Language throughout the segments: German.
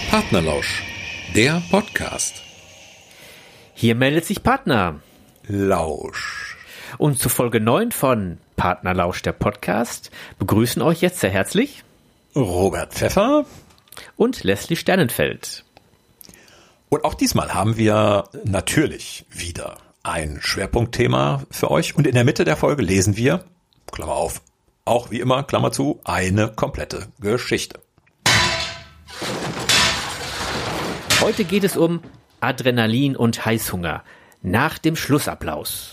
Partnerlausch, der Podcast. Hier meldet sich Partner Lausch. Und zu Folge 9 von Partnerlausch, der Podcast, begrüßen euch jetzt sehr herzlich Robert Pfeffer und Leslie Sternenfeld. Und auch diesmal haben wir natürlich wieder ein Schwerpunktthema für euch. Und in der Mitte der Folge lesen wir, Klammer auf, auch wie immer, Klammer zu, eine komplette Geschichte. Heute geht es um Adrenalin und Heißhunger nach dem Schlussapplaus.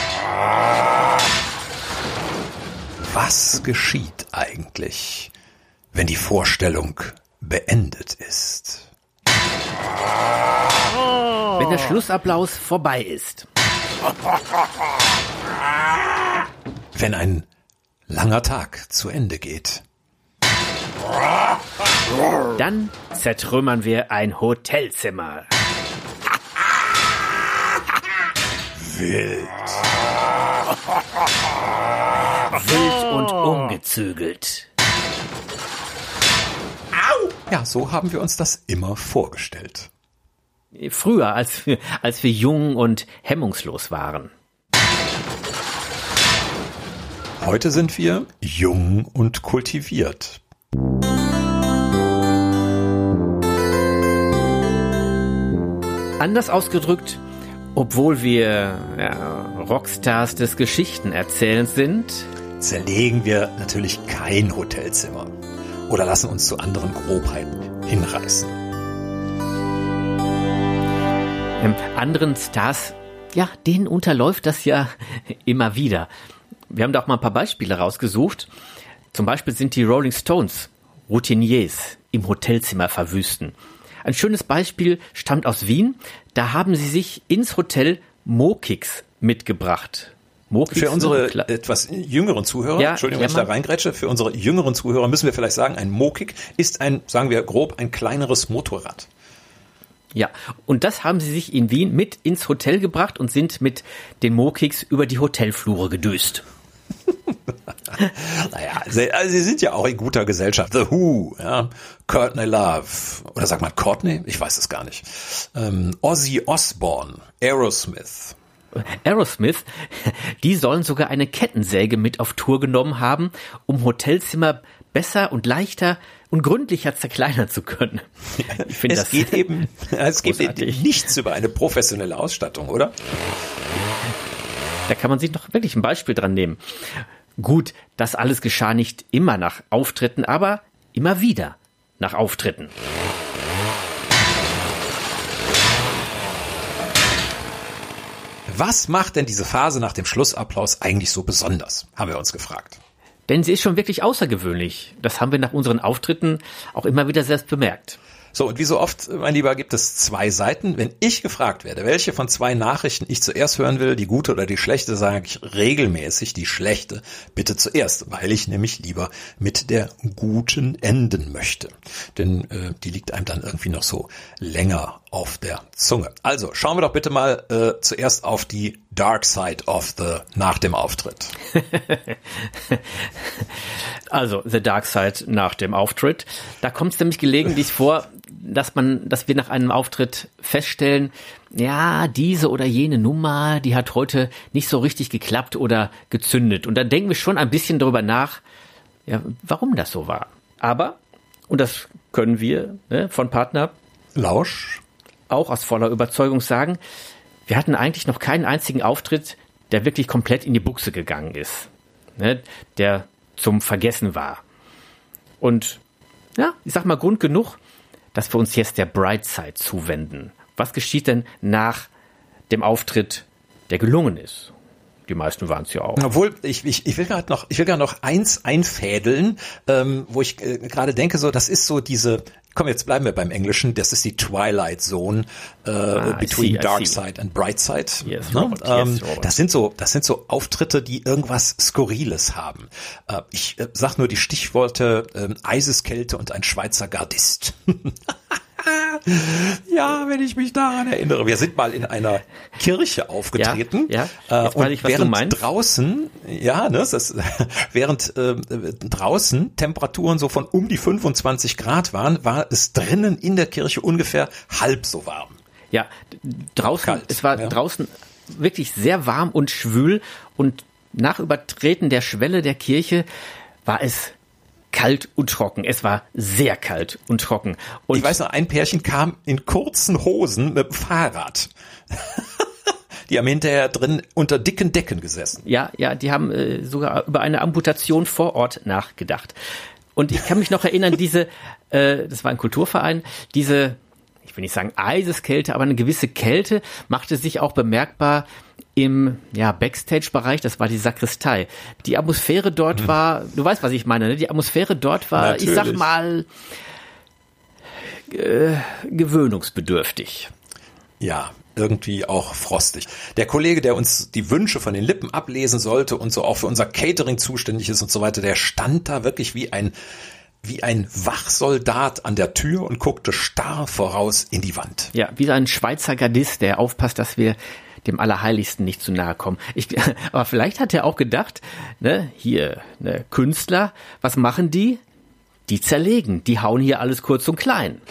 Was geschieht eigentlich, wenn die Vorstellung beendet ist? Wenn der Schlussapplaus vorbei ist. Wenn ein langer Tag zu Ende geht. Dann zertrümmern wir ein Hotelzimmer. Wild. Wild und ungezügelt. Ja, so haben wir uns das immer vorgestellt. Früher, als wir jung und hemmungslos waren. Heute sind wir jung und kultiviert. Anders ausgedrückt, obwohl wir Rockstars des Geschichtenerzählens sind, zerlegen wir natürlich kein Hotelzimmer oder lassen uns zu anderen Grobheiten hinreißen. Anderen Stars, ja, denen unterläuft das ja immer wieder. Wir haben da auch mal ein paar Beispiele rausgesucht. Zum Beispiel sind die Rolling Stones Routiniers im Hotelzimmer verwüsten. Ein schönes Beispiel stammt aus Wien. Da haben sie sich ins Hotel Mo-Kicks mitgebracht. Für unsere etwas jüngeren Zuhörer, Entschuldigung, wenn ich da reingrätsche, für unsere jüngeren Zuhörer müssen wir vielleicht sagen, ein Mo-Kick ist sagen wir grob, ein kleineres Motorrad. Ja, und das haben sie sich in Wien mit ins Hotel gebracht und sind mit den Mo-Kicks über die Hotelflure gedüst. Naja, sie sind ja auch in guter Gesellschaft. The Who, ja, Courtney Love, oder sagt man Courtney? Ich weiß es gar nicht. Ozzy Osbourne, Aerosmith, die sollen sogar eine Kettensäge mit auf Tour genommen haben, um Hotelzimmer besser und leichter und gründlicher zerkleinern zu können. Ich finde, es geht eben nichts über eine professionelle Ausstattung, oder? Da kann man sich doch wirklich ein Beispiel dran nehmen. Gut, das alles geschah nicht immer nach Auftritten, aber immer wieder nach Auftritten. Was macht denn diese Phase nach dem Schlussapplaus eigentlich so besonders, haben wir uns gefragt. Denn sie ist schon wirklich außergewöhnlich. Das haben wir nach unseren Auftritten auch immer wieder selbst bemerkt. So, und wie so oft, mein Lieber, gibt es zwei Seiten. Wenn ich gefragt werde, welche von zwei Nachrichten ich zuerst hören will, die gute oder die schlechte, sage ich regelmäßig die schlechte bitte zuerst, weil ich nämlich lieber mit der guten enden möchte. Denn die liegt einem dann irgendwie noch so länger auf der Zunge. Also, schauen wir doch bitte mal zuerst auf die Dark Side of nach dem Auftritt. Also, The Dark Side nach dem Auftritt. Da kommt es nämlich gelegentlich vor, dass wir nach einem Auftritt feststellen, ja, diese oder jene Nummer, die hat heute nicht so richtig geklappt oder gezündet. Und dann denken wir schon ein bisschen darüber nach, ja, warum das so war. Aber, und das können wir von Partner Lausch auch aus voller Überzeugung sagen, wir hatten eigentlich noch keinen einzigen Auftritt, der wirklich komplett in die Buchse gegangen ist, der zum Vergessen war. Und ja, ich sag mal Grund genug, dass wir uns jetzt der Bright Side zuwenden. Was geschieht denn nach dem Auftritt, der gelungen ist? Die meisten waren es ja auch. Obwohl, ich will gerade noch eins einfädeln, wo ich gerade denke, so, das ist so diese, komm, jetzt bleiben wir beim Englischen, das ist die Twilight Zone between Dark Side and Bright Side. Yes, Robert, yes, Robert. Das sind so Auftritte, die irgendwas Skurriles haben. Ich sag nur die Stichworte Eiseskälte und ein Schweizer Gardist. Ja, wenn ich mich daran erinnere. Wir sind mal in einer Kirche aufgetreten. Ja. Jetzt weiß ich, was du meinst. Draußen, während draußen Temperaturen so von um die 25 Grad waren, war es drinnen in der Kirche ungefähr halb so warm. Ja, draußen, Kalt, es war draußen wirklich sehr warm und schwül und nach Übertreten der Schwelle der Kirche war es kalt und trocken. Es war sehr kalt und trocken. Und ich weiß noch, ein Pärchen kam in kurzen Hosen mit dem Fahrrad. Die haben hinterher drin unter dicken Decken gesessen. Ja, die haben sogar über eine Amputation vor Ort nachgedacht. Und ich kann mich noch erinnern, das war ein Kulturverein, ich will nicht sagen Eiseskälte, aber eine gewisse Kälte machte sich auch bemerkbar im Backstage-Bereich, das war die Sakristei. Die Atmosphäre dort war, du weißt, was ich meine, ne? Die Atmosphäre dort war, natürlich, ich sag mal, gewöhnungsbedürftig. Ja, irgendwie auch frostig. Der Kollege, der uns die Wünsche von den Lippen ablesen sollte und so auch für unser Catering zuständig ist und so weiter, der stand da wirklich wie ein Wachsoldat an der Tür und guckte starr voraus in die Wand. Ja, wie ein Schweizer Gardist, der aufpasst, dass wir dem Allerheiligsten nicht zu nahe kommen. Aber vielleicht hat er auch gedacht, Künstler, was machen die? Die zerlegen, die hauen hier alles kurz und klein.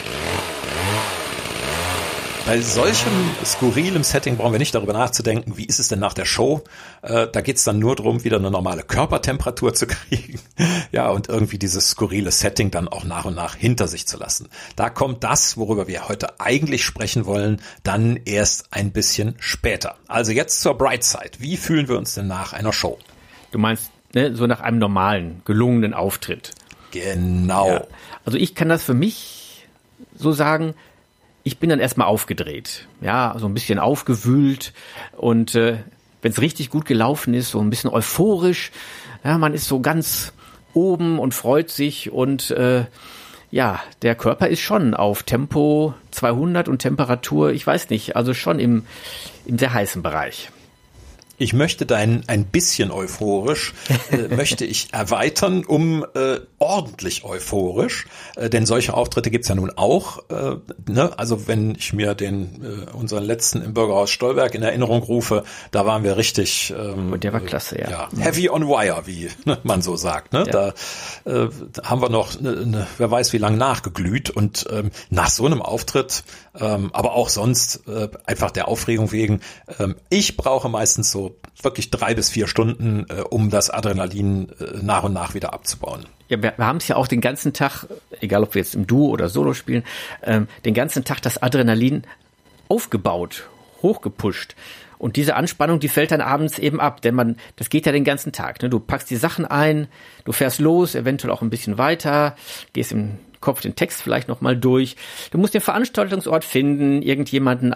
Bei solchem skurrilem Setting brauchen wir nicht darüber nachzudenken, wie ist es denn nach der Show? Da geht's dann nur darum, wieder eine normale Körpertemperatur zu kriegen. Ja, und irgendwie dieses skurrile Setting dann auch nach und nach hinter sich zu lassen. Da kommt das, worüber wir heute eigentlich sprechen wollen, dann erst ein bisschen später. Also jetzt zur Bright Side. Wie fühlen wir uns denn nach einer Show? Du meinst, so nach einem normalen, gelungenen Auftritt? Genau. Ja. Also ich kann das für mich so sagen, ich bin dann erstmal aufgedreht, ja, so ein bisschen aufgewühlt und wenn es richtig gut gelaufen ist, so ein bisschen euphorisch, ja, man ist so ganz oben und freut sich und der Körper ist schon auf Tempo 200 und Temperatur, ich weiß nicht, also schon im sehr heißen Bereich. Ich möchte ein bisschen euphorisch, möchte ich erweitern um ordentlich euphorisch, denn solche Auftritte gibt's ja nun auch. Also wenn ich mir unseren letzten im Bürgerhaus Stolberg in Erinnerung rufe, da waren wir richtig und der war klasse, ja. Heavy on wire, wie man so sagt. Ne? Ja. Da haben wir noch, wer weiß wie lange nachgeglüht und nach so einem Auftritt, aber auch sonst einfach der Aufregung wegen, ich brauche meistens so wirklich 3 bis 4 Stunden, um das Adrenalin nach und nach wieder abzubauen. Ja, wir haben es ja auch den ganzen Tag, egal ob wir jetzt im Duo oder Solo spielen, den ganzen Tag das Adrenalin aufgebaut, hochgepusht. Und diese Anspannung, die fällt dann abends eben ab, denn das geht ja den ganzen Tag. Ne? Du packst die Sachen ein, du fährst los, eventuell auch ein bisschen weiter, gehst im Kopf den Text vielleicht nochmal durch. Du musst den Veranstaltungsort finden, irgendjemanden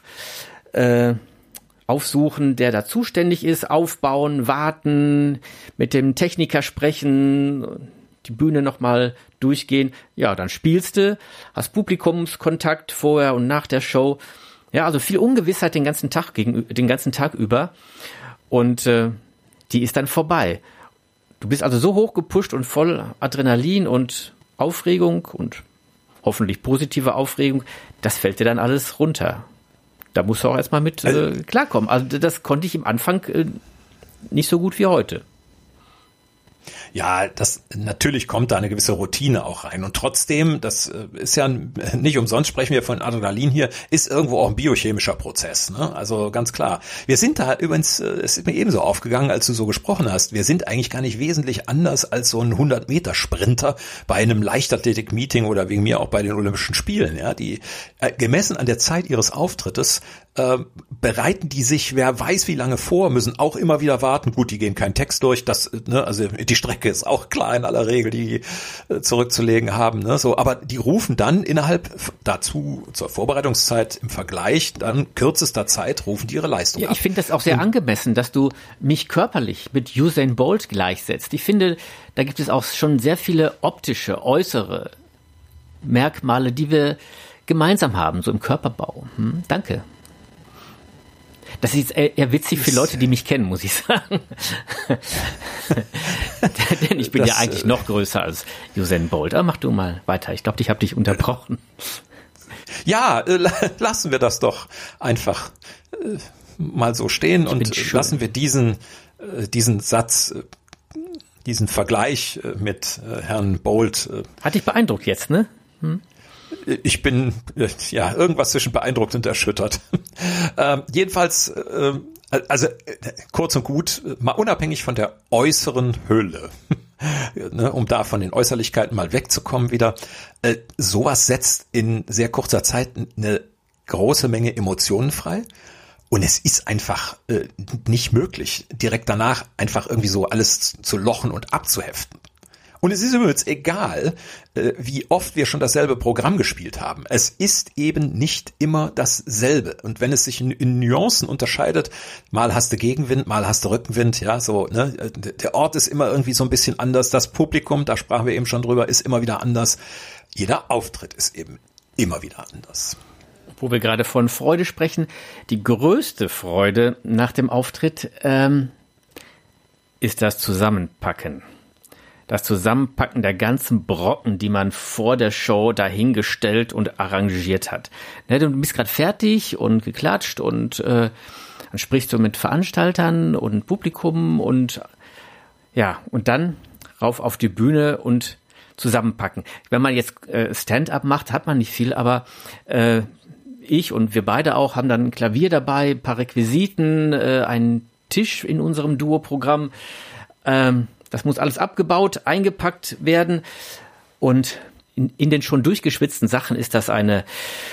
aufsuchen, der da zuständig ist, aufbauen, warten, mit dem Techniker sprechen, die Bühne nochmal durchgehen. Ja, dann spielst du, hast Publikumskontakt vorher und nach der Show. Ja, also viel Ungewissheit den ganzen Tag über und die ist dann vorbei. Du bist also so hoch gepusht und voll Adrenalin und Aufregung und hoffentlich positive Aufregung, das fällt dir dann alles runter. Da musst du auch erstmal mit klarkommen. Also das konnte ich im Anfang nicht so gut wie heute. Ja, natürlich kommt da eine gewisse Routine auch rein. Und trotzdem, das ist ja nicht umsonst, sprechen wir von Adrenalin hier, ist irgendwo auch ein biochemischer Prozess. Ne? Also ganz klar. Wir sind da übrigens, es ist mir ebenso aufgegangen, als du so gesprochen hast, wir sind eigentlich gar nicht wesentlich anders als so ein 100-Meter-Sprinter bei einem Leichtathletik-Meeting oder wegen mir auch bei den Olympischen Spielen. Ja, die gemessen an der Zeit ihres Auftrittes bereiten die sich, wer weiß wie lange vor, müssen auch immer wieder warten. Gut, die gehen keinen Text durch, also die Strecke ist auch klar in aller Regel, die zurückzulegen haben, ne, so, aber die rufen dann innerhalb dazu zur Vorbereitungszeit im Vergleich dann kürzester Zeit rufen die ihre Leistung ab. Ich finde das auch sehr angemessen, dass du mich körperlich mit Usain Bolt gleichsetzt. Ich finde, da gibt es auch schon sehr viele optische, äußere Merkmale, die wir gemeinsam haben, so im Körperbau. Danke. Das ist eher witzig für Leute, die mich kennen, muss ich sagen. Denn ich bin ja eigentlich noch größer als Usain Bolt. Aber mach du mal weiter. Ich glaube, ich habe dich unterbrochen. Ja, lassen wir das doch einfach mal so stehen und lassen wir diesen Satz, diesen Vergleich mit Herrn Bolt. Hat dich beeindruckt jetzt, ne? Ich bin irgendwas zwischen beeindruckt und erschüttert. Jedenfalls, also kurz und gut, mal unabhängig von der äußeren Hülle, ne, um da von den Äußerlichkeiten mal wegzukommen wieder, sowas setzt in sehr kurzer Zeit eine große Menge Emotionen frei. Und es ist einfach nicht möglich, direkt danach einfach irgendwie so alles zu lochen und abzuheften. Und es ist übrigens egal, wie oft wir schon dasselbe Programm gespielt haben. Es ist eben nicht immer dasselbe. Und wenn es sich in Nuancen unterscheidet, mal hast du Gegenwind, mal hast du Rückenwind, ja, so, ne, der Ort ist immer irgendwie so ein bisschen anders. Das Publikum, da sprachen wir eben schon drüber, ist immer wieder anders. Jeder Auftritt ist eben immer wieder anders. Wo wir gerade von Freude sprechen, die größte Freude nach dem Auftritt ist das Zusammenpacken. Das Zusammenpacken der ganzen Brocken, die man vor der Show dahingestellt und arrangiert hat. Du bist gerade fertig und geklatscht und dann sprichst du mit Veranstaltern und Publikum und dann rauf auf die Bühne und zusammenpacken. Wenn man jetzt Stand-up macht, hat man nicht viel, aber ich und wir beide auch haben dann ein Klavier dabei, ein paar Requisiten, einen Tisch in unserem Duo-Programm. Das muss alles abgebaut, eingepackt werden. Und in den schon durchgeschwitzten Sachen ist das eine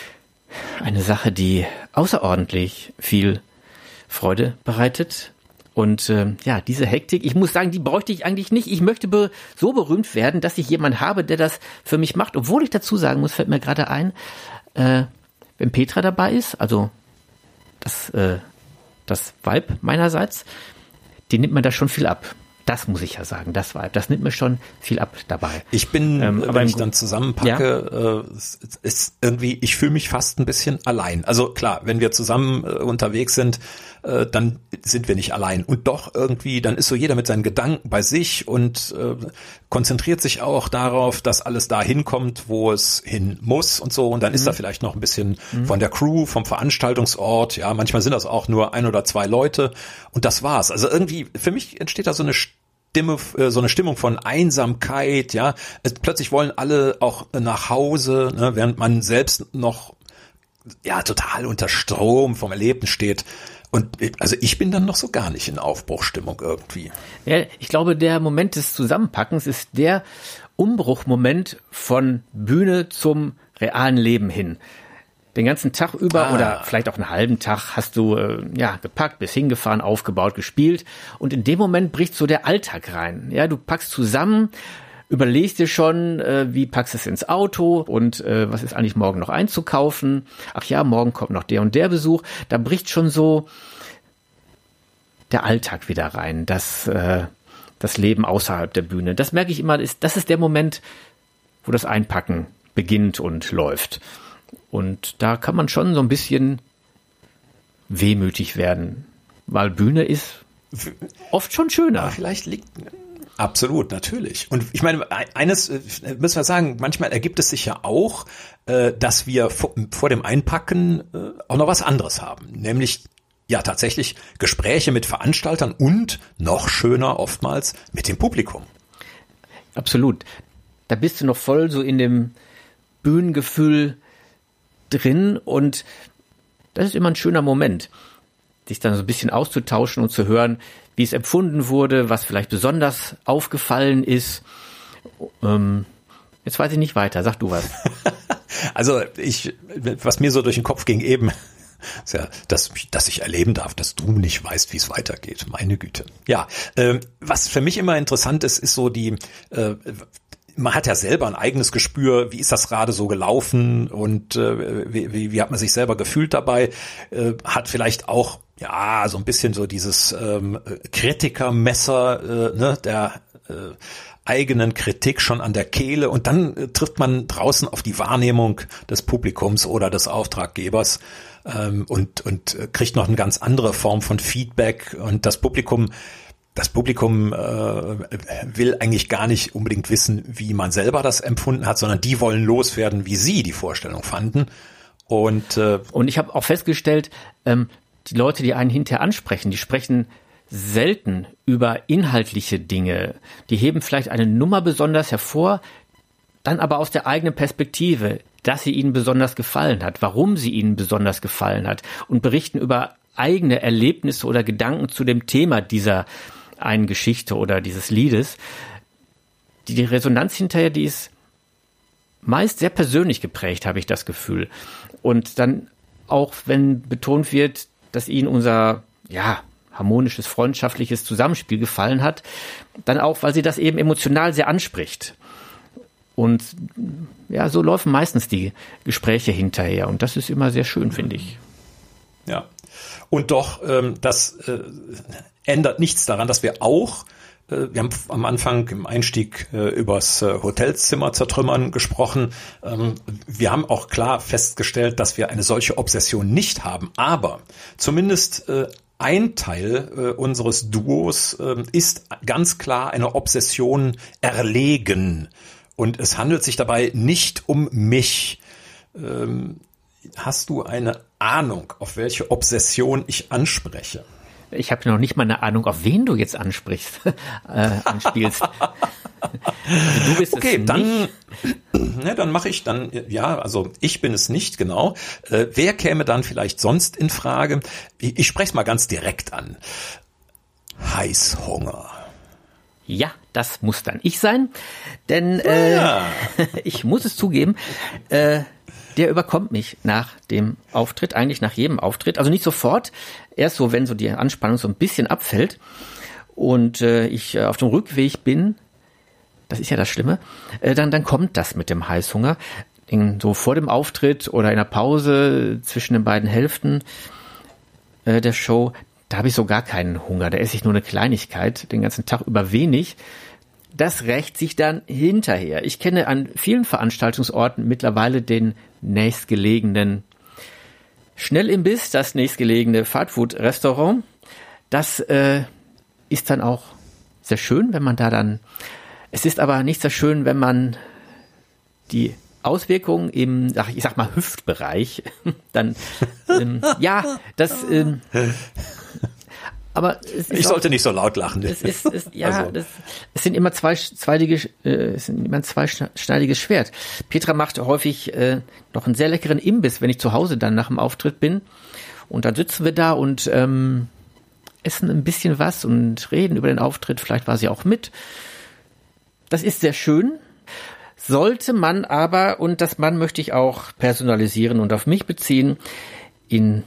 Sache, die außerordentlich viel Freude bereitet. Und diese Hektik, ich muss sagen, die bräuchte ich eigentlich nicht. Ich möchte so berühmt werden, dass ich jemanden habe, der das für mich macht. Obwohl ich dazu sagen muss, fällt mir gerade ein, wenn Petra dabei ist, also das Vibe meinerseits, die nimmt mir da schon viel ab. Das muss ich ja sagen, das Vibe, das nimmt mir schon viel ab dabei. Ich bin, wenn ich dann zusammenpacke, ist irgendwie, ich fühle mich fast ein bisschen allein. Also klar, wenn wir zusammen unterwegs sind, dann sind wir nicht allein. Und doch irgendwie, dann ist so jeder mit seinen Gedanken bei sich und konzentriert sich auch darauf, dass alles da hinkommt, wo es hin muss und so. Und dann ist da vielleicht noch ein bisschen von der Crew, vom Veranstaltungsort. Ja, manchmal sind das auch nur 1 oder 2 Leute. Und das war's. Also irgendwie, für mich entsteht da so eine Stimmung von Einsamkeit, ja. Plötzlich wollen alle auch nach Hause, ne, während man selbst noch, total unter Strom vom Erlebten steht. Und also ich bin dann noch so gar nicht in Aufbruchstimmung irgendwie. Ja, ich glaube, der Moment des Zusammenpackens ist der Umbruchmoment von Bühne zum realen Leben hin. Den ganzen Tag über oder vielleicht auch einen halben Tag hast du gepackt, bist hingefahren, aufgebaut, gespielt und in dem Moment bricht so der Alltag rein. Ja, du packst zusammen, überlegst dir schon, wie packst du es ins Auto und was ist eigentlich morgen noch einzukaufen. Ach ja, morgen kommt noch der und der Besuch. Da bricht schon so der Alltag wieder rein, das Leben außerhalb der Bühne. Das merke ich immer, das ist der Moment, wo das Einpacken beginnt und läuft. Und da kann man schon so ein bisschen wehmütig werden, weil Bühne ist oft schon schöner. Aber vielleicht liegt... Absolut, natürlich. Und ich meine, eines müssen wir sagen, manchmal ergibt es sich ja auch, dass wir vor dem Einpacken auch noch was anderes haben. Nämlich tatsächlich Gespräche mit Veranstaltern und noch schöner oftmals mit dem Publikum. Absolut. Da bist du noch voll so in dem Bühnengefühl drin und das ist immer ein schöner Moment, sich dann so ein bisschen auszutauschen und zu hören, wie es empfunden wurde, was vielleicht besonders aufgefallen ist. Jetzt weiß ich nicht weiter, sag du was. Also was mir so durch den Kopf ging eben, ist ja, dass ich erleben darf, dass du nicht weißt, wie es weitergeht. Meine Güte. Ja, was für mich immer interessant ist, ist so man hat ja selber ein eigenes Gespür, wie ist das gerade so gelaufen und wie hat man sich selber gefühlt dabei, hat vielleicht auch so ein bisschen so dieses Kritikermesser der eigenen Kritik schon an der Kehle und dann trifft man draußen auf die Wahrnehmung des Publikums oder des Auftraggebers und kriegt noch eine ganz andere Form von Feedback und das Publikum will eigentlich gar nicht unbedingt wissen, wie man selber das empfunden hat, sondern die wollen loswerden, wie sie die Vorstellung fanden. Und ich habe auch festgestellt, die Leute, die einen hinterher ansprechen, die sprechen selten über inhaltliche Dinge. Die heben vielleicht eine Nummer besonders hervor, dann aber aus der eigenen Perspektive, dass sie ihnen besonders gefallen hat, warum sie ihnen besonders gefallen hat und berichten über eigene Erlebnisse oder Gedanken zu dem Thema dieser einen Geschichte oder dieses Liedes. Die Resonanz hinterher, die ist meist sehr persönlich geprägt, habe ich das Gefühl. Und dann auch, wenn betont wird, dass ihnen unser, harmonisches, freundschaftliches Zusammenspiel gefallen hat, dann auch, weil sie das eben emotional sehr anspricht. Und ja, so laufen meistens die Gespräche hinterher. Und das ist immer sehr schön, finde ich. Ja. Und doch, das ändert nichts daran, dass wir auch, wir haben am Anfang im Einstieg übers Hotelzimmer zertrümmern gesprochen. Wir haben auch klar festgestellt, dass wir eine solche Obsession nicht haben. Aber zumindest ein Teil unseres Duos ist ganz klar eine Obsession erlegen. Und es handelt sich dabei nicht um mich. Hast du eine Ahnung, auf welche Obsession ich anspreche? Ich habe noch nicht mal eine Ahnung, auf wen du jetzt anspielst. Also du bist okay, es dann, nicht. Dann mache ich dann, also ich bin es nicht, genau. Wer käme dann vielleicht sonst in Frage? Ich spreche es mal ganz direkt an. Heißhunger. Ja, das muss dann ich sein, denn ich muss es zugeben, der überkommt mich nach dem Auftritt, eigentlich nach jedem Auftritt, also nicht sofort, erst so, wenn so die Anspannung so ein bisschen abfällt und ich auf dem Rückweg bin, das ist ja das Schlimme, dann kommt das mit dem Heißhunger, so vor dem Auftritt oder in der Pause zwischen den beiden Hälften der Show. Da habe ich so gar keinen Hunger, da esse ich nur eine Kleinigkeit, den ganzen Tag über wenig. Das rächt sich dann hinterher. Ich kenne an vielen Veranstaltungsorten mittlerweile den nächstgelegenen Schnellimbiss, das nächstgelegene Fastfood-Restaurant. Das ist dann auch sehr schön, wenn man da dann... Es ist aber nicht sehr schön, wenn man die Auswirkungen im, ich sag mal, Hüftbereich dann, aber ich sollte nicht so laut lachen. Es sind immer ein zweischneidiges Schwert. Petra macht häufig noch einen sehr leckeren Imbiss, wenn ich zu Hause dann nach dem Auftritt bin. Und dann sitzen wir da und essen ein bisschen was und reden über den Auftritt. Vielleicht war sie auch mit. Das ist sehr schön. Sollte man aber, und das Mann möchte ich auch personalisieren und auf mich beziehen, in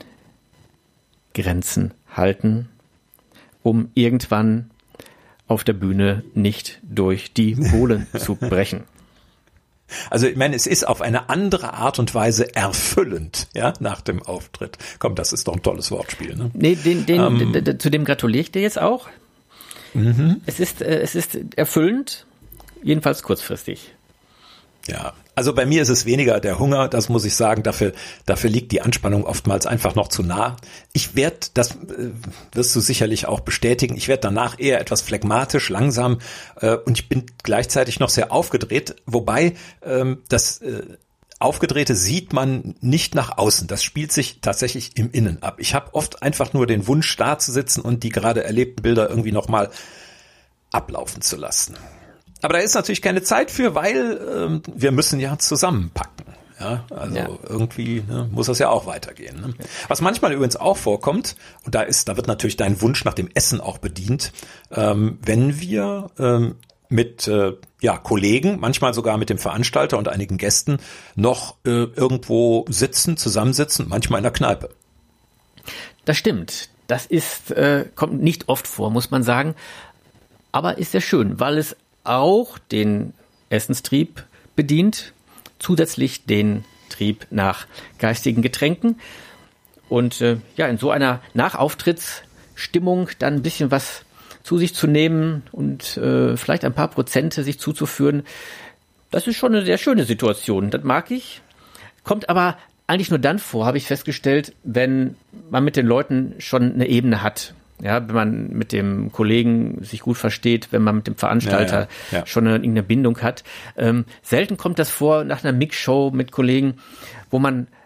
Grenzen halten, um irgendwann auf der Bühne nicht durch die Bohlen zu brechen. Also ich meine, es ist auf eine andere Art und Weise erfüllend, nach dem Auftritt. Komm, das ist doch ein tolles Wortspiel, ne? Nee, zu dem gratuliere ich dir jetzt auch. Mhm. Es ist erfüllend, jedenfalls kurzfristig. Ja, also bei mir ist es weniger der Hunger, das muss ich sagen, dafür liegt die Anspannung oftmals einfach noch zu nah. Ich werde, das wirst du sicherlich auch bestätigen, ich werde danach eher etwas phlegmatisch, langsam und ich bin gleichzeitig noch sehr aufgedreht, wobei das Aufgedrehte sieht man nicht nach außen, das spielt sich tatsächlich im Innen ab. Ich habe oft einfach nur den Wunsch, da zu sitzen und die gerade erlebten Bilder irgendwie nochmal ablaufen zu lassen. Aber da ist natürlich keine Zeit für, weil wir müssen ja zusammenpacken. Ja, also irgendwie muss das ja auch weitergehen. Ne? Was manchmal übrigens auch vorkommt, und da wird natürlich dein Wunsch nach dem Essen auch bedient, wenn wir mit Kollegen, manchmal sogar mit dem Veranstalter und einigen Gästen noch irgendwo zusammensitzen, manchmal in der Kneipe. Das stimmt. Das kommt nicht oft vor, muss man sagen. Aber ist sehr schön, weil es auch den Essenstrieb bedient, zusätzlich den Trieb nach geistigen Getränken und in so einer Nachauftrittsstimmung dann ein bisschen was zu sich zu nehmen und vielleicht ein paar Prozente sich zuzuführen, das ist schon eine sehr schöne Situation, das mag ich, kommt aber eigentlich nur dann vor, habe ich festgestellt, wenn man mit den Leuten schon eine Ebene hat. Ja, wenn man mit dem Kollegen sich gut versteht, wenn man mit dem Veranstalter schon irgendeine Bindung hat. Selten kommt das vor nach einer Mixshow mit Kollegen, wo man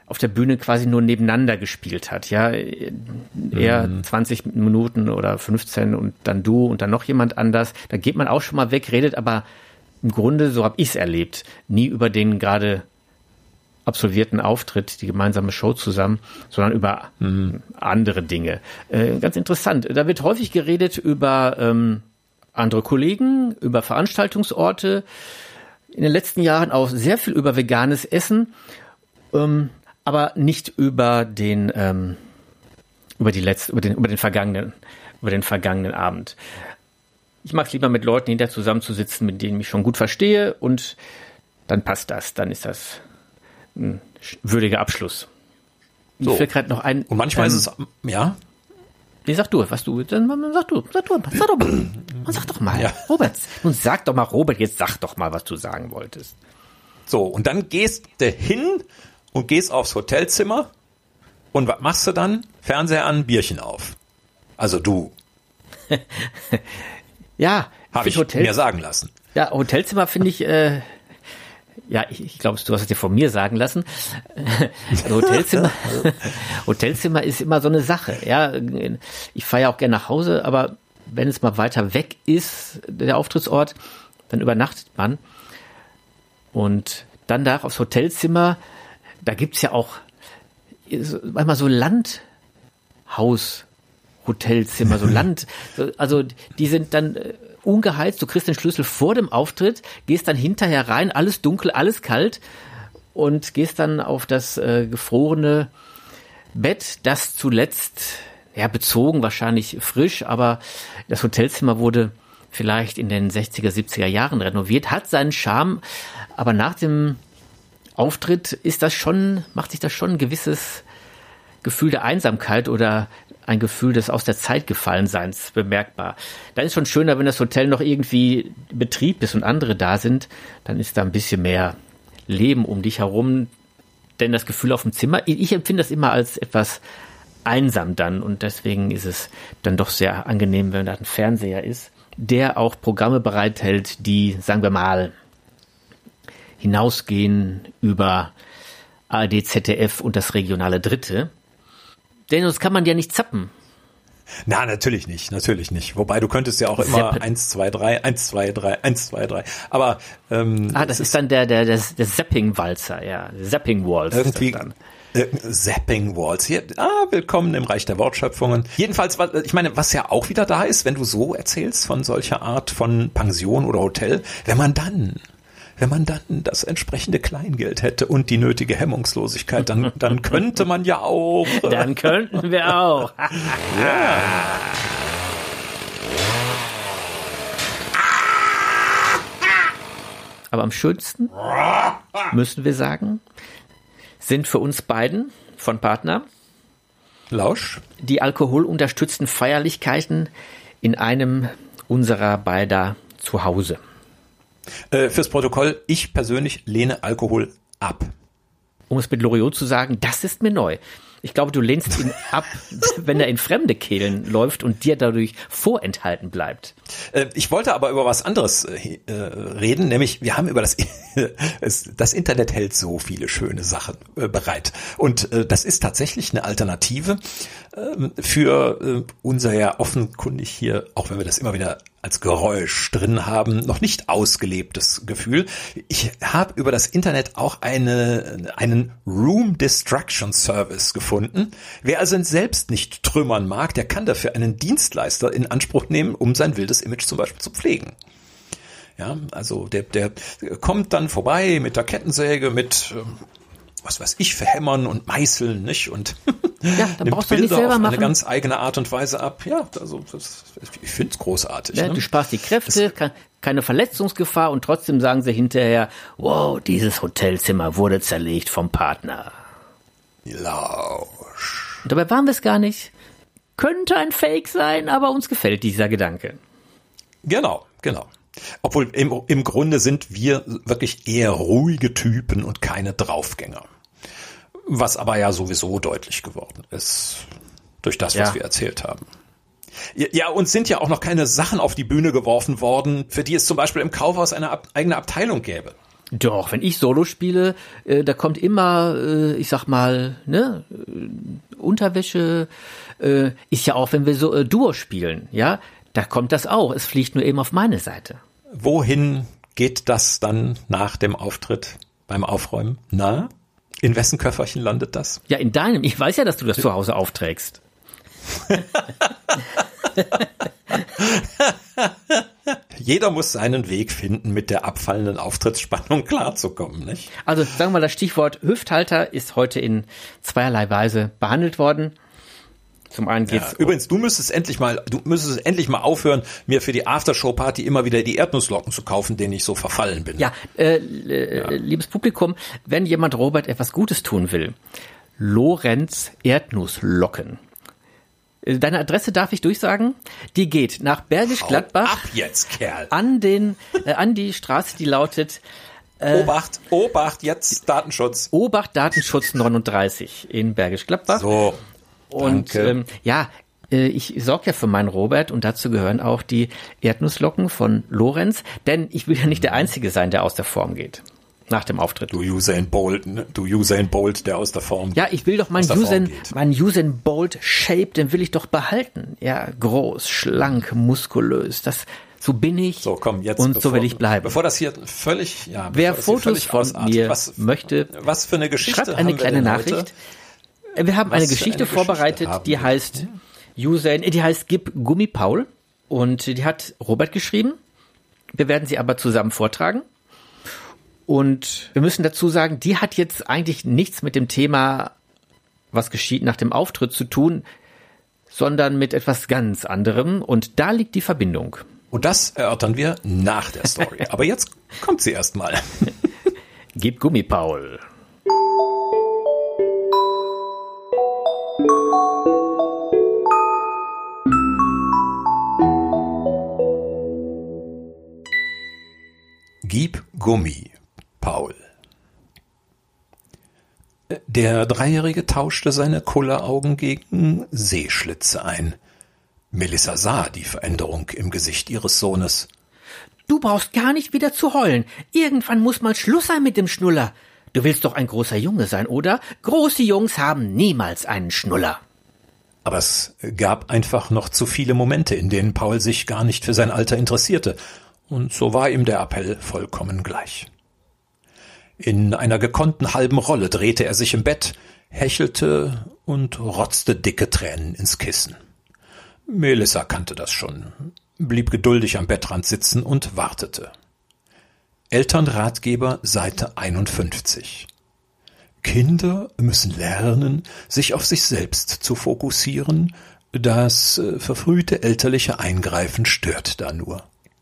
auf der Bühne quasi nur nebeneinander gespielt hat, ja, eher 20 Minuten oder 15 und dann du und dann noch jemand anders, da geht man auch schon mal weg, redet aber im Grunde, so habe ich es erlebt, nie über den gerade absolvierten Auftritt, die gemeinsame Show zusammen, sondern über andere Dinge. Ganz interessant, da wird häufig geredet über andere Kollegen, über Veranstaltungsorte, in den letzten Jahren auch sehr viel über veganes Essen, aber nicht über den vergangenen Abend. Ich mag es lieber mit Leuten hinterher zusammenzusitzen, mit denen ich schon gut verstehe, und dann passt das, dann ist das ein würdiger Abschluss. So. Ich will gerade noch ein. Und manchmal ist es, ja. Nee, sag doch mal, Ja. Robert, nun sag doch mal, Robert, jetzt sag doch mal, was du sagen wolltest. So, und dann gehst du hin und gehst aufs Hotelzimmer und was machst du dann? Fernseher an, Bierchen auf. Also du. Ja, Habe ich mir sagen lassen. Ja, Hotelzimmer finde ich, ich glaube, du hast es dir von mir sagen lassen. Also Hotelzimmer ist immer so eine Sache. Ja, ich fahre ja auch gerne nach Hause, aber wenn es mal weiter weg ist, der Auftrittsort, dann übernachtet man. Und dann da aufs Hotelzimmer, da gibt's ja auch manchmal so Landhaus-Hotelzimmer, also die sind dann ungeheizt, du kriegst den Schlüssel vor dem Auftritt, gehst dann hinterher rein, alles dunkel, alles kalt und gehst dann auf das gefrorene Bett, das zuletzt, bezogen, wahrscheinlich frisch, aber das Hotelzimmer wurde vielleicht in den 60er, 70er Jahren renoviert, hat seinen Charme, aber nach dem Auftritt macht sich das schon ein gewisses Gefühl der Einsamkeit oder ein Gefühl des aus der Zeit gefallen Seins bemerkbar. Dann ist schon schöner, wenn das Hotel noch irgendwie in Betrieb ist und andere da sind, dann ist da ein bisschen mehr Leben um dich herum, denn das Gefühl auf dem Zimmer, ich empfinde das immer als etwas einsam dann, und deswegen ist es dann doch sehr angenehm, wenn da ein Fernseher ist, der auch Programme bereithält, die, sagen wir mal, hinausgehen über ARD, ZDF und das regionale Dritte. Denn sonst kann man ja nicht zappen. Na, natürlich nicht. Wobei du könntest ja auch immer 1, 2, 3, 1, 2, 3, 1, 2, 3. Aber das ist dann der Zapping-Walzer, ja. Zapping-Waltz. Irgendwie Zapping-Waltz. Hier, willkommen im Reich der Wortschöpfungen. Jedenfalls, ich meine, was ja auch wieder da ist, wenn du so erzählst von solcher Art von Pension oder Hotel, wenn man dann das entsprechende Kleingeld hätte und die nötige Hemmungslosigkeit, dann könnte man ja auch. Dann könnten wir auch. Ja. Aber am schönsten, müssen wir sagen, sind für uns beiden von Partner Lausch die alkoholunterstützten Feierlichkeiten in einem unserer beider Zuhause. Fürs Protokoll, ich persönlich lehne Alkohol ab. Um es mit Loriot zu sagen, das ist mir neu. Ich glaube, du lehnst ihn ab, wenn er in fremde Kehlen läuft und dir dadurch vorenthalten bleibt. Ich wollte aber über was anderes reden, nämlich wir haben über das Internet hält so viele schöne Sachen bereit. Und das ist tatsächlich eine Alternative für unser ja offenkundig hier, auch wenn wir das immer wieder als Geräusch drin haben, noch nicht ausgelebtes Gefühl. Ich habe über das Internet auch einen Room Destruction Service gefunden. Wer also selbst nicht trümmern mag, der kann dafür einen Dienstleister in Anspruch nehmen, um sein wildes Image zum Beispiel zu pflegen. Ja, also der kommt dann vorbei mit der Kettensäge, mit was weiß ich, für Hämmern und Meißeln, nicht? Und ja, dann nimmt Bilder auf eine ganz eigene Art und Weise ab. Ja, also ich finde es großartig. Ja, ne? Du sparst die Kräfte, keine Verletzungsgefahr, und trotzdem sagen sie hinterher, wow, dieses Hotelzimmer wurde zerlegt vom Partner. Lausch. Und dabei waren wir es gar nicht. Könnte ein Fake sein, aber uns gefällt dieser Gedanke. Genau. Obwohl im Grunde sind wir wirklich eher ruhige Typen und keine Draufgänger. Was aber ja sowieso deutlich geworden ist durch das, was wir erzählt haben. Ja, uns sind ja auch noch keine Sachen auf die Bühne geworfen worden, für die es zum Beispiel im Kaufhaus eine eigene Abteilung gäbe. Doch, wenn ich Solo spiele, da kommt immer, ich sag mal, ne, Unterwäsche, ist ja auch, wenn wir so Duo spielen, ja, da kommt das auch. Es fliegt nur eben auf meine Seite. Wohin geht das dann nach dem Auftritt beim Aufräumen? Na, in wessen Köfferchen landet das? Ja, in deinem. Ich weiß ja, dass du das zu Hause aufträgst. Jeder muss seinen Weg finden, mit der abfallenden Auftrittsspannung klarzukommen, nicht? Also sagen wir mal, das Stichwort Hüfthalter ist heute in zweierlei Weise behandelt worden. Zum einen geht's übrigens, du müsstest endlich mal aufhören, mir für die Aftershow-Party immer wieder die Erdnusslocken zu kaufen, denen ich so verfallen bin. Ja, liebes Publikum, wenn jemand Robert etwas Gutes tun will, Lorenz Erdnusslocken. Deine Adresse darf ich durchsagen? Die geht nach Bergisch Gladbach. Ab jetzt, Kerl. An die Straße, die lautet Obacht, jetzt Datenschutz. Obacht Datenschutz 39 in Bergisch Gladbach. So. Und ich sorge ja für meinen Robert und dazu gehören auch die Erdnusslocken von Lorenz, denn ich will ja nicht der Einzige sein, der aus der Form geht. Nach dem Auftritt. Du Usain Bolt, der aus der Form geht. Ja, ich will doch meinen Usain Bolt Shape, den will ich doch behalten. Ja, groß, schlank, muskulös. So bin ich. So, komm, jetzt. Und so will ich bleiben. Bevor das hier völlig, wer Fotos von mir möchte, was für eine Geschichte schreibt eine kleine Nachricht. Wir haben eine Geschichte vorbereitet, die heißt Gib Gummi Paul und die hat Robert geschrieben. Wir werden sie aber zusammen vortragen. Und wir müssen dazu sagen, die hat jetzt eigentlich nichts mit dem Thema, was geschieht nach dem Auftritt zu tun, sondern mit etwas ganz anderem. Und da liegt die Verbindung. Und das erörtern wir nach der Story. Aber jetzt kommt sie erstmal. Gib Gummi Paul. Gib Gummi, Paul. Der Dreijährige tauschte seine Kulleraugen gegen Sehschlitze ein. Melissa sah die Veränderung im Gesicht ihres Sohnes. Du brauchst gar nicht wieder zu heulen. Irgendwann muss mal Schluss sein mit dem Schnuller. Du willst doch ein großer Junge sein, oder? Große Jungs haben niemals einen Schnuller. Aber es gab einfach noch zu viele Momente, in denen Paul sich gar nicht für sein Alter interessierte. Und so war ihm der Appell vollkommen gleich. In einer gekonnten halben Rolle drehte er sich im Bett, hechelte und rotzte dicke Tränen ins Kissen. Melissa kannte das schon, blieb geduldig am Bettrand sitzen und wartete. Elternratgeber, Seite 51. Kinder müssen lernen, sich auf sich selbst zu fokussieren. Das verfrühte elterliche Eingreifen stört da nur.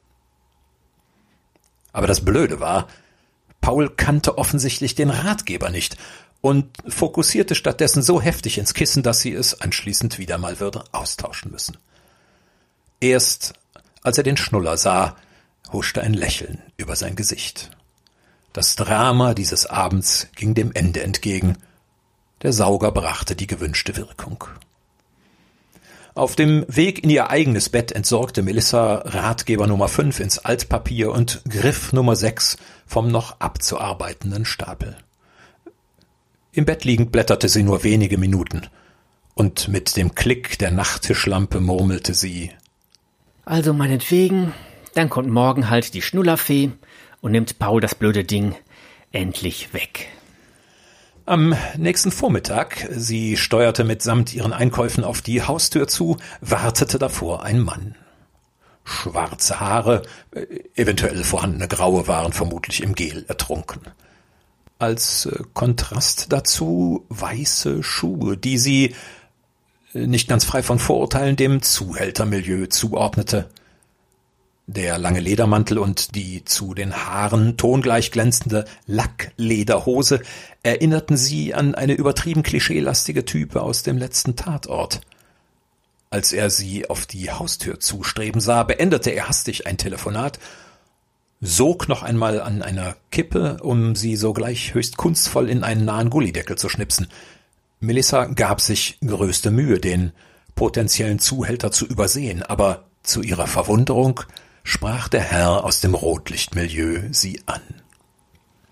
Aber das Blöde war, Paul kannte offensichtlich den Ratgeber nicht und fokussierte stattdessen so heftig ins Kissen, dass sie es anschließend wieder mal würde austauschen müssen. Erst als er den Schnuller sah, huschte ein Lächeln über sein Gesicht. Das Drama dieses Abends ging dem Ende entgegen. Der Sauger brachte die gewünschte Wirkung. Auf dem Weg in ihr eigenes Bett entsorgte Melissa Ratgeber Nummer 5 ins Altpapier und Griff Nummer 6 vom noch abzuarbeitenden Stapel. Im Bett liegend blätterte sie nur wenige Minuten und mit dem Klick der Nachttischlampe murmelte sie: Also meinetwegen, dann kommt morgen halt die Schnullerfee und nimmt Paul das blöde Ding endlich weg. Am nächsten Vormittag, sie steuerte mitsamt ihren Einkäufen auf die Haustür zu, wartete davor ein Mann. Schwarze Haare, eventuell vorhandene graue, waren vermutlich im Gel ertrunken. Als Kontrast dazu weiße Schuhe, die sie, nicht ganz frei von Vorurteilen, dem Zuhältermilieu zuordnete. Der lange Ledermantel und die zu den Haaren tongleich glänzende Lacklederhose erinnerten sie an eine übertrieben klischeelastige Type aus dem letzten Tatort. Als er sie auf die Haustür zustreben sah, beendete er hastig ein Telefonat, sog noch einmal an einer Kippe, um sie sogleich höchst kunstvoll in einen nahen Gullideckel zu schnipsen. Melissa gab sich größte Mühe, den potenziellen Zuhälter zu übersehen, aber zu ihrer Verwunderung sprach der Herr aus dem Rotlichtmilieu sie an.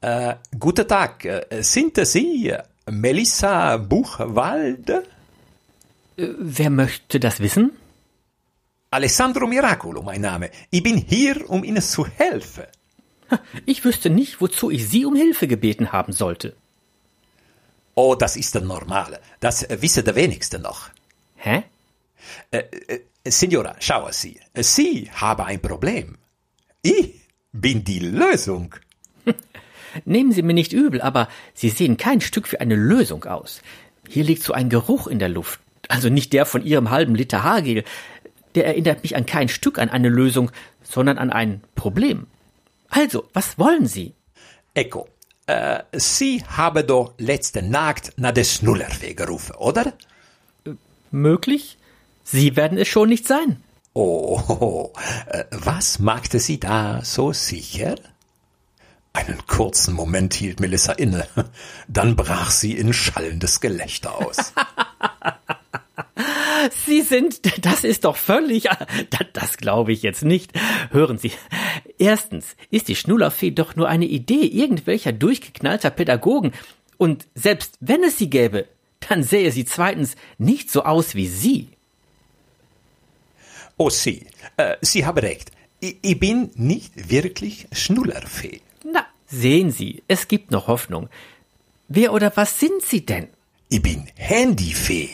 Guten Tag, sind Sie Melissa Buchwald? Wer möchte das wissen? Alessandro Miracolo, mein Name. Ich bin hier, um Ihnen zu helfen. Ich wüsste nicht, wozu ich Sie um Hilfe gebeten haben sollte. Oh, das ist der Normale. Das wissen die wenigsten noch. Hä? Signora, schauen Sie. Sie haben ein Problem. Ich bin die Lösung. Nehmen Sie mir nicht übel, aber Sie sehen kein Stück wie eine Lösung aus. Hier liegt so ein Geruch in der Luft. Also nicht der von Ihrem halben Liter Haargel. Der erinnert mich an kein Stück an eine Lösung, sondern an ein Problem. Also, was wollen Sie? Ecco, Sie haben doch letzte Nacht nach der Schnullerfee gerufen, oder? Möglich? Sie werden es schon nicht sein. Oh, was machte Sie da so sicher? Einen kurzen Moment hielt Melissa inne, dann brach sie in schallendes Gelächter aus. Sie sind, das ist doch völlig, das glaube ich jetzt nicht. Hören Sie, erstens ist die Schnullerfee doch nur eine Idee irgendwelcher durchgeknallter Pädagogen. Und selbst wenn es sie gäbe, dann sähe sie zweitens nicht so aus wie Sie. Oh, Sie haben recht. Ich bin nicht wirklich Schnullerfee. Na, sehen Sie, es gibt noch Hoffnung. Wer oder was sind Sie denn? Ich bin Handyfee.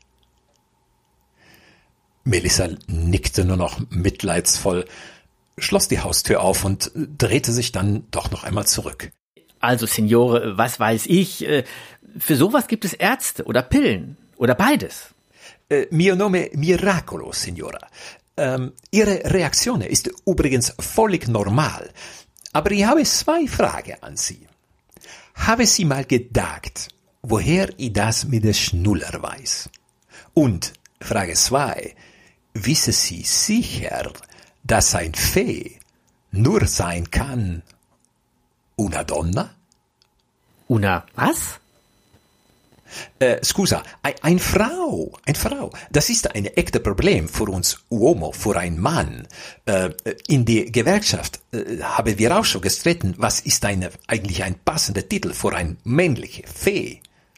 Melissa nickte nur noch mitleidsvoll, schloss die Haustür auf und drehte sich dann doch noch einmal zurück. Also, Signore, was weiß ich, für sowas gibt es Ärzte oder Pillen oder beides. Mio nome Miracolo, Signora. Ihre Reaktion ist übrigens völlig normal. Aber ich habe 2 Fragen an Sie. Haben Sie mal gedacht, woher ich das mit der Schnuller weiß? Und Frage 2. Wissen Sie sicher, dass ein Fee nur sein kann una donna? Una was? Scusa, ein Frau. Das ist ein echtes Problem für uns Uomo, für einen Mann. In der Gewerkschaft haben wir auch schon gestritten, was ist eigentlich ein passender Titel für eine männliche Fee?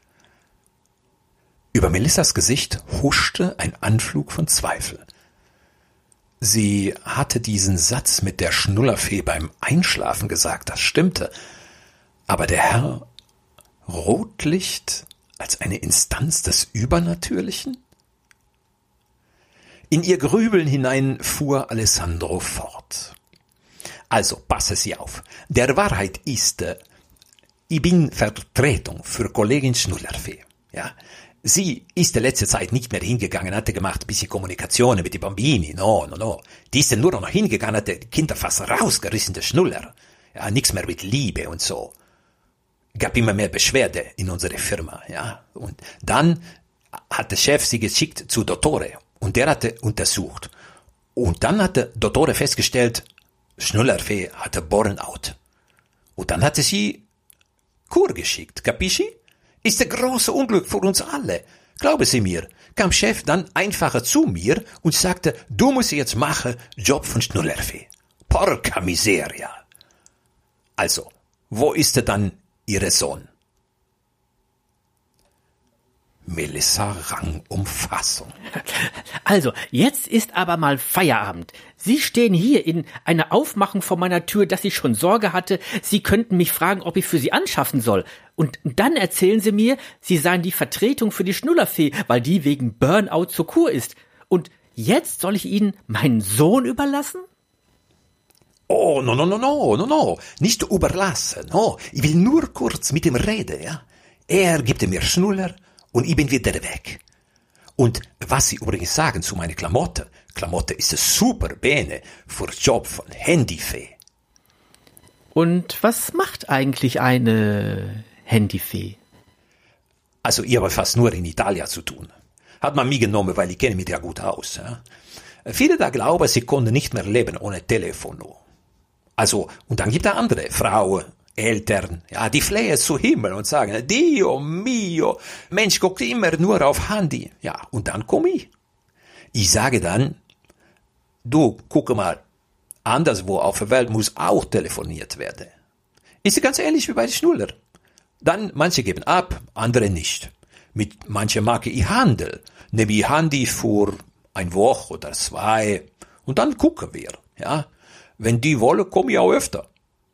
Über Melissas Gesicht huschte ein Anflug von Zweifel. Sie hatte diesen Satz mit der Schnullerfee beim Einschlafen gesagt, das stimmte. Aber der Herr Rotlicht als eine Instanz des Übernatürlichen? In ihr Grübeln hinein fuhr Alessandro fort. Also, passe Sie auf. Der Wahrheit ist, ich bin Vertretung für Kollegin Schnullerfee. Ja? Sie ist in letzter Zeit nicht mehr hingegangen, hatte gemacht ein bisschen Kommunikation mit den Bambini. No. Die ist nur noch hingegangen, hatte die Kinder fast rausgerissen, der Schnuller. Ja, nichts mehr mit Liebe und so. Gab immer mehr Beschwerde in unsere Firma, ja. Und dann hat der Chef sie geschickt zu Dottore und der hatte untersucht. Und dann hat der Dottore festgestellt, Schnullerfee hatte Burnout. Und dann hatte sie Kur geschickt, capisci? Ist ein großes Unglück für uns alle. Glauben Sie mir, kam Chef dann einfacher zu mir und sagte, du musst jetzt machen, Job von Schnullerfee. Porca miseria. Also, wo ist dann Ihr Sohn? Melissa rang um Fassung. Also, jetzt ist aber mal Feierabend. Sie stehen hier in einer Aufmachung vor meiner Tür, dass ich schon Sorge hatte, Sie könnten mich fragen, ob ich für Sie anschaffen soll. Und dann erzählen Sie mir, Sie seien die Vertretung für die Schnullerfee, weil die wegen Burnout zur Kur ist. Und jetzt soll ich Ihnen meinen Sohn überlassen? Oh, no, nicht überlassen, no. Ich will nur kurz mit ihm reden, ja. Er gibt mir Schnuller und ich bin wieder weg. Und was Sie übrigens sagen zu meiner Klamotte, Klamotte ist ein super Bene für Job von Handyfee. Und was macht eigentlich eine Handyfee? Also ich habe fast nur in Italien zu tun. Hat man mich genommen, weil ich kenne mich ja gut aus. Ja. Viele da glauben, sie konnten nicht mehr leben ohne Telefon. Also, und dann gibt es andere Frauen, Eltern, ja, die flehen zu Himmel und sagen, Dio mio, Mensch guckt immer nur auf Handy. Ja, und dann komme ich. Ich sage dann, du, guck mal, anderswo auf der Welt muss auch telefoniert werden. Ist ganz ähnlich wie bei den Schnuller. Dann manche geben ab, andere nicht. Mit manche mag ich Handel. Nehme ich Handy für eine Woche oder 2 und dann gucken wir. Ja, wenn die wollen, komme ich auch öfter.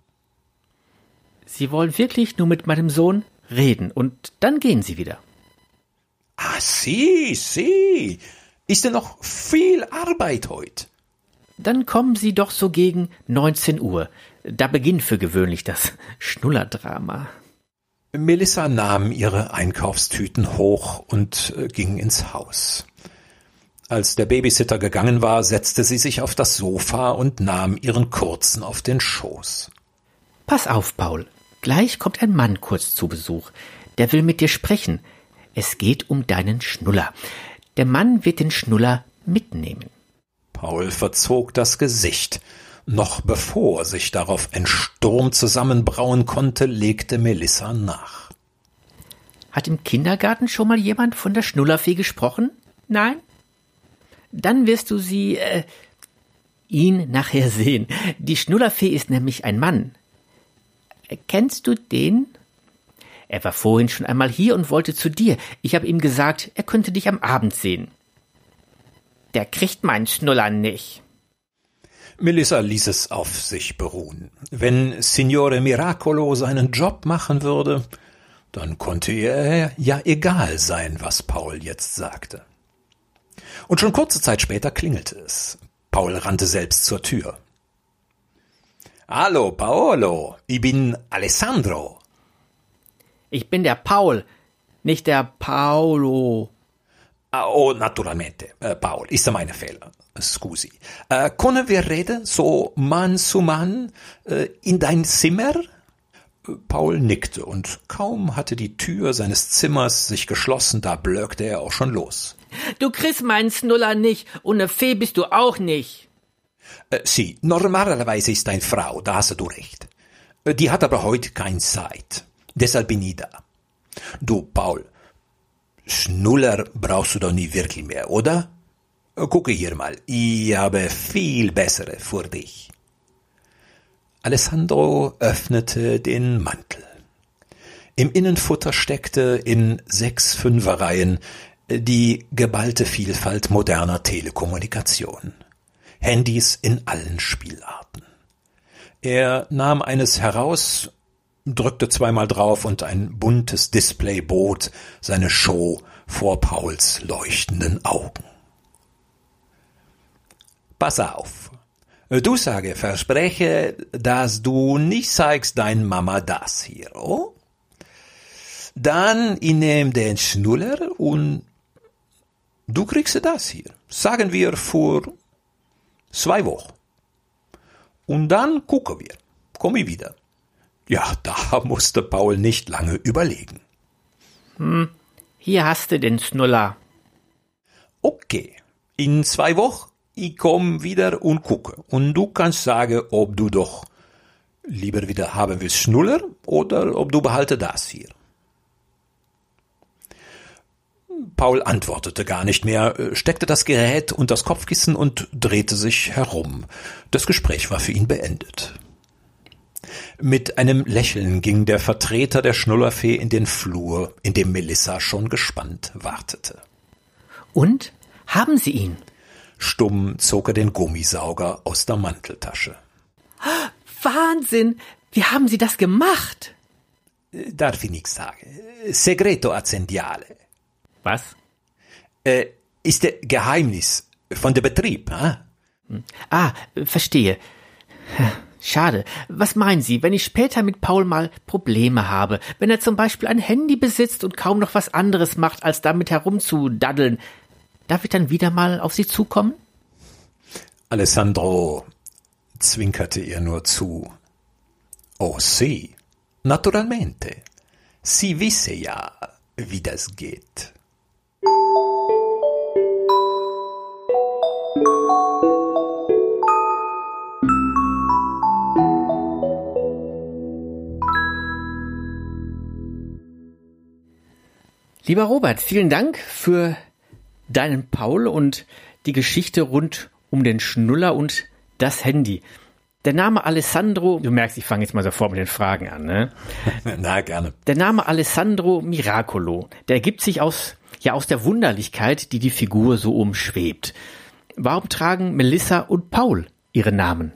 Sie wollen wirklich nur mit meinem Sohn reden und dann gehen Sie wieder. Ah, sie. Ist denn noch viel Arbeit heute? Dann kommen Sie doch so gegen 19 Uhr. Da beginnt für gewöhnlich das Schnullerdrama. Melissa nahm ihre Einkaufstüten hoch und ging ins Haus. Als der Babysitter gegangen war, setzte sie sich auf das Sofa und nahm ihren Kurzen auf den Schoß. Pass auf, Paul. Gleich kommt ein Mann kurz zu Besuch. Der will mit dir sprechen. Es geht um deinen Schnuller. Der Mann wird den Schnuller mitnehmen. Paul verzog das Gesicht. Noch bevor sich darauf ein Sturm zusammenbrauen konnte, legte Melissa nach. Hat im Kindergarten schon mal jemand von der Schnullerfee gesprochen? Nein? Dann wirst du ihn nachher sehen. Die Schnullerfee ist nämlich ein Mann. Kennst du den? Er war vorhin schon einmal hier und wollte zu dir. Ich habe ihm gesagt, er könnte dich am Abend sehen. Der kriegt meinen Schnuller nicht. Melissa ließ es auf sich beruhen. Wenn Signore Miracolo seinen Job machen würde, dann konnte ihr ja egal sein, was Paul jetzt sagte. Und schon kurze Zeit später klingelte es. Paul rannte selbst zur Tür. Hallo, Paolo, ich bin Alessandro. Ich bin der Paul, nicht der Paolo. Oh, naturalmente, Paul, ist mein Fehler. Scusi. Können wir reden, so Mann zu Mann, in dein Zimmer? Paul nickte und kaum hatte die Tür seines Zimmers sich geschlossen, da blökte er auch schon los. Du kriegst meinen Schnuller nicht und eine Fee bist du auch nicht. Sie, normalerweise ist eine Frau, da hast du recht. Die hat aber heute keine Zeit. Deshalb bin ich da. Du, Paul, Schnuller brauchst du doch nie wirklich mehr, oder? Gucke hier mal, ich habe viel bessere für dich. Alessandro öffnete den Mantel. Im Innenfutter steckte in 6 Fünferreihen die geballte Vielfalt moderner Telekommunikation. Handys in allen Spielarten. Er nahm eines heraus, drückte zweimal drauf und ein buntes Display bot seine Show vor Pauls leuchtenden Augen. Pass auf. Du verspreche, dass du nicht zeigst dein Mama das hier, oh? Dann ich nehm den Schnuller und du kriegst das hier. Sagen wir für 2 Wochen. Und dann gucken wir. Komm ich wieder. Ja, da musste Paul nicht lange überlegen. Hier hast du den Schnuller. Okay, in 2 Wochen, ich komm wieder und gucke. Und du kannst sagen, ob du doch lieber wieder haben willst Schnuller oder ob du behalte das hier. Paul antwortete gar nicht mehr, steckte das Gerät unter das Kopfkissen und drehte sich herum. Das Gespräch war für ihn beendet. Mit einem Lächeln ging der Vertreter der Schnullerfee in den Flur, in dem Melissa schon gespannt wartete. Und? Haben Sie ihn? Stumm zog er den Gummisauger aus der Manteltasche. Wahnsinn! Wie haben Sie das gemacht? Darf ich nichts sagen. Segreto aziendale. Was? Ist der Geheimnis von der Betrieb, Verstehe. Schade. Was meinen Sie, wenn ich später mit Paul mal Probleme habe? Wenn er zum Beispiel ein Handy besitzt und kaum noch was anderes macht, als damit herumzudaddeln, darf ich dann wieder mal auf Sie zukommen? Alessandro zwinkerte ihr nur zu. Oh, sì, naturalmente. Sie wisse ja, wie das geht. Lieber Robert, vielen Dank für deinen Paul und die Geschichte rund um den Schnuller und das Handy. Der Name Alessandro, du merkst, ich fange jetzt mal sofort mit den Fragen an, ne? Na, gerne. Der Name Alessandro Miracolo, der ergibt sich aus der Wunderlichkeit, die die Figur so umschwebt. Warum tragen Melissa und Paul ihre Namen?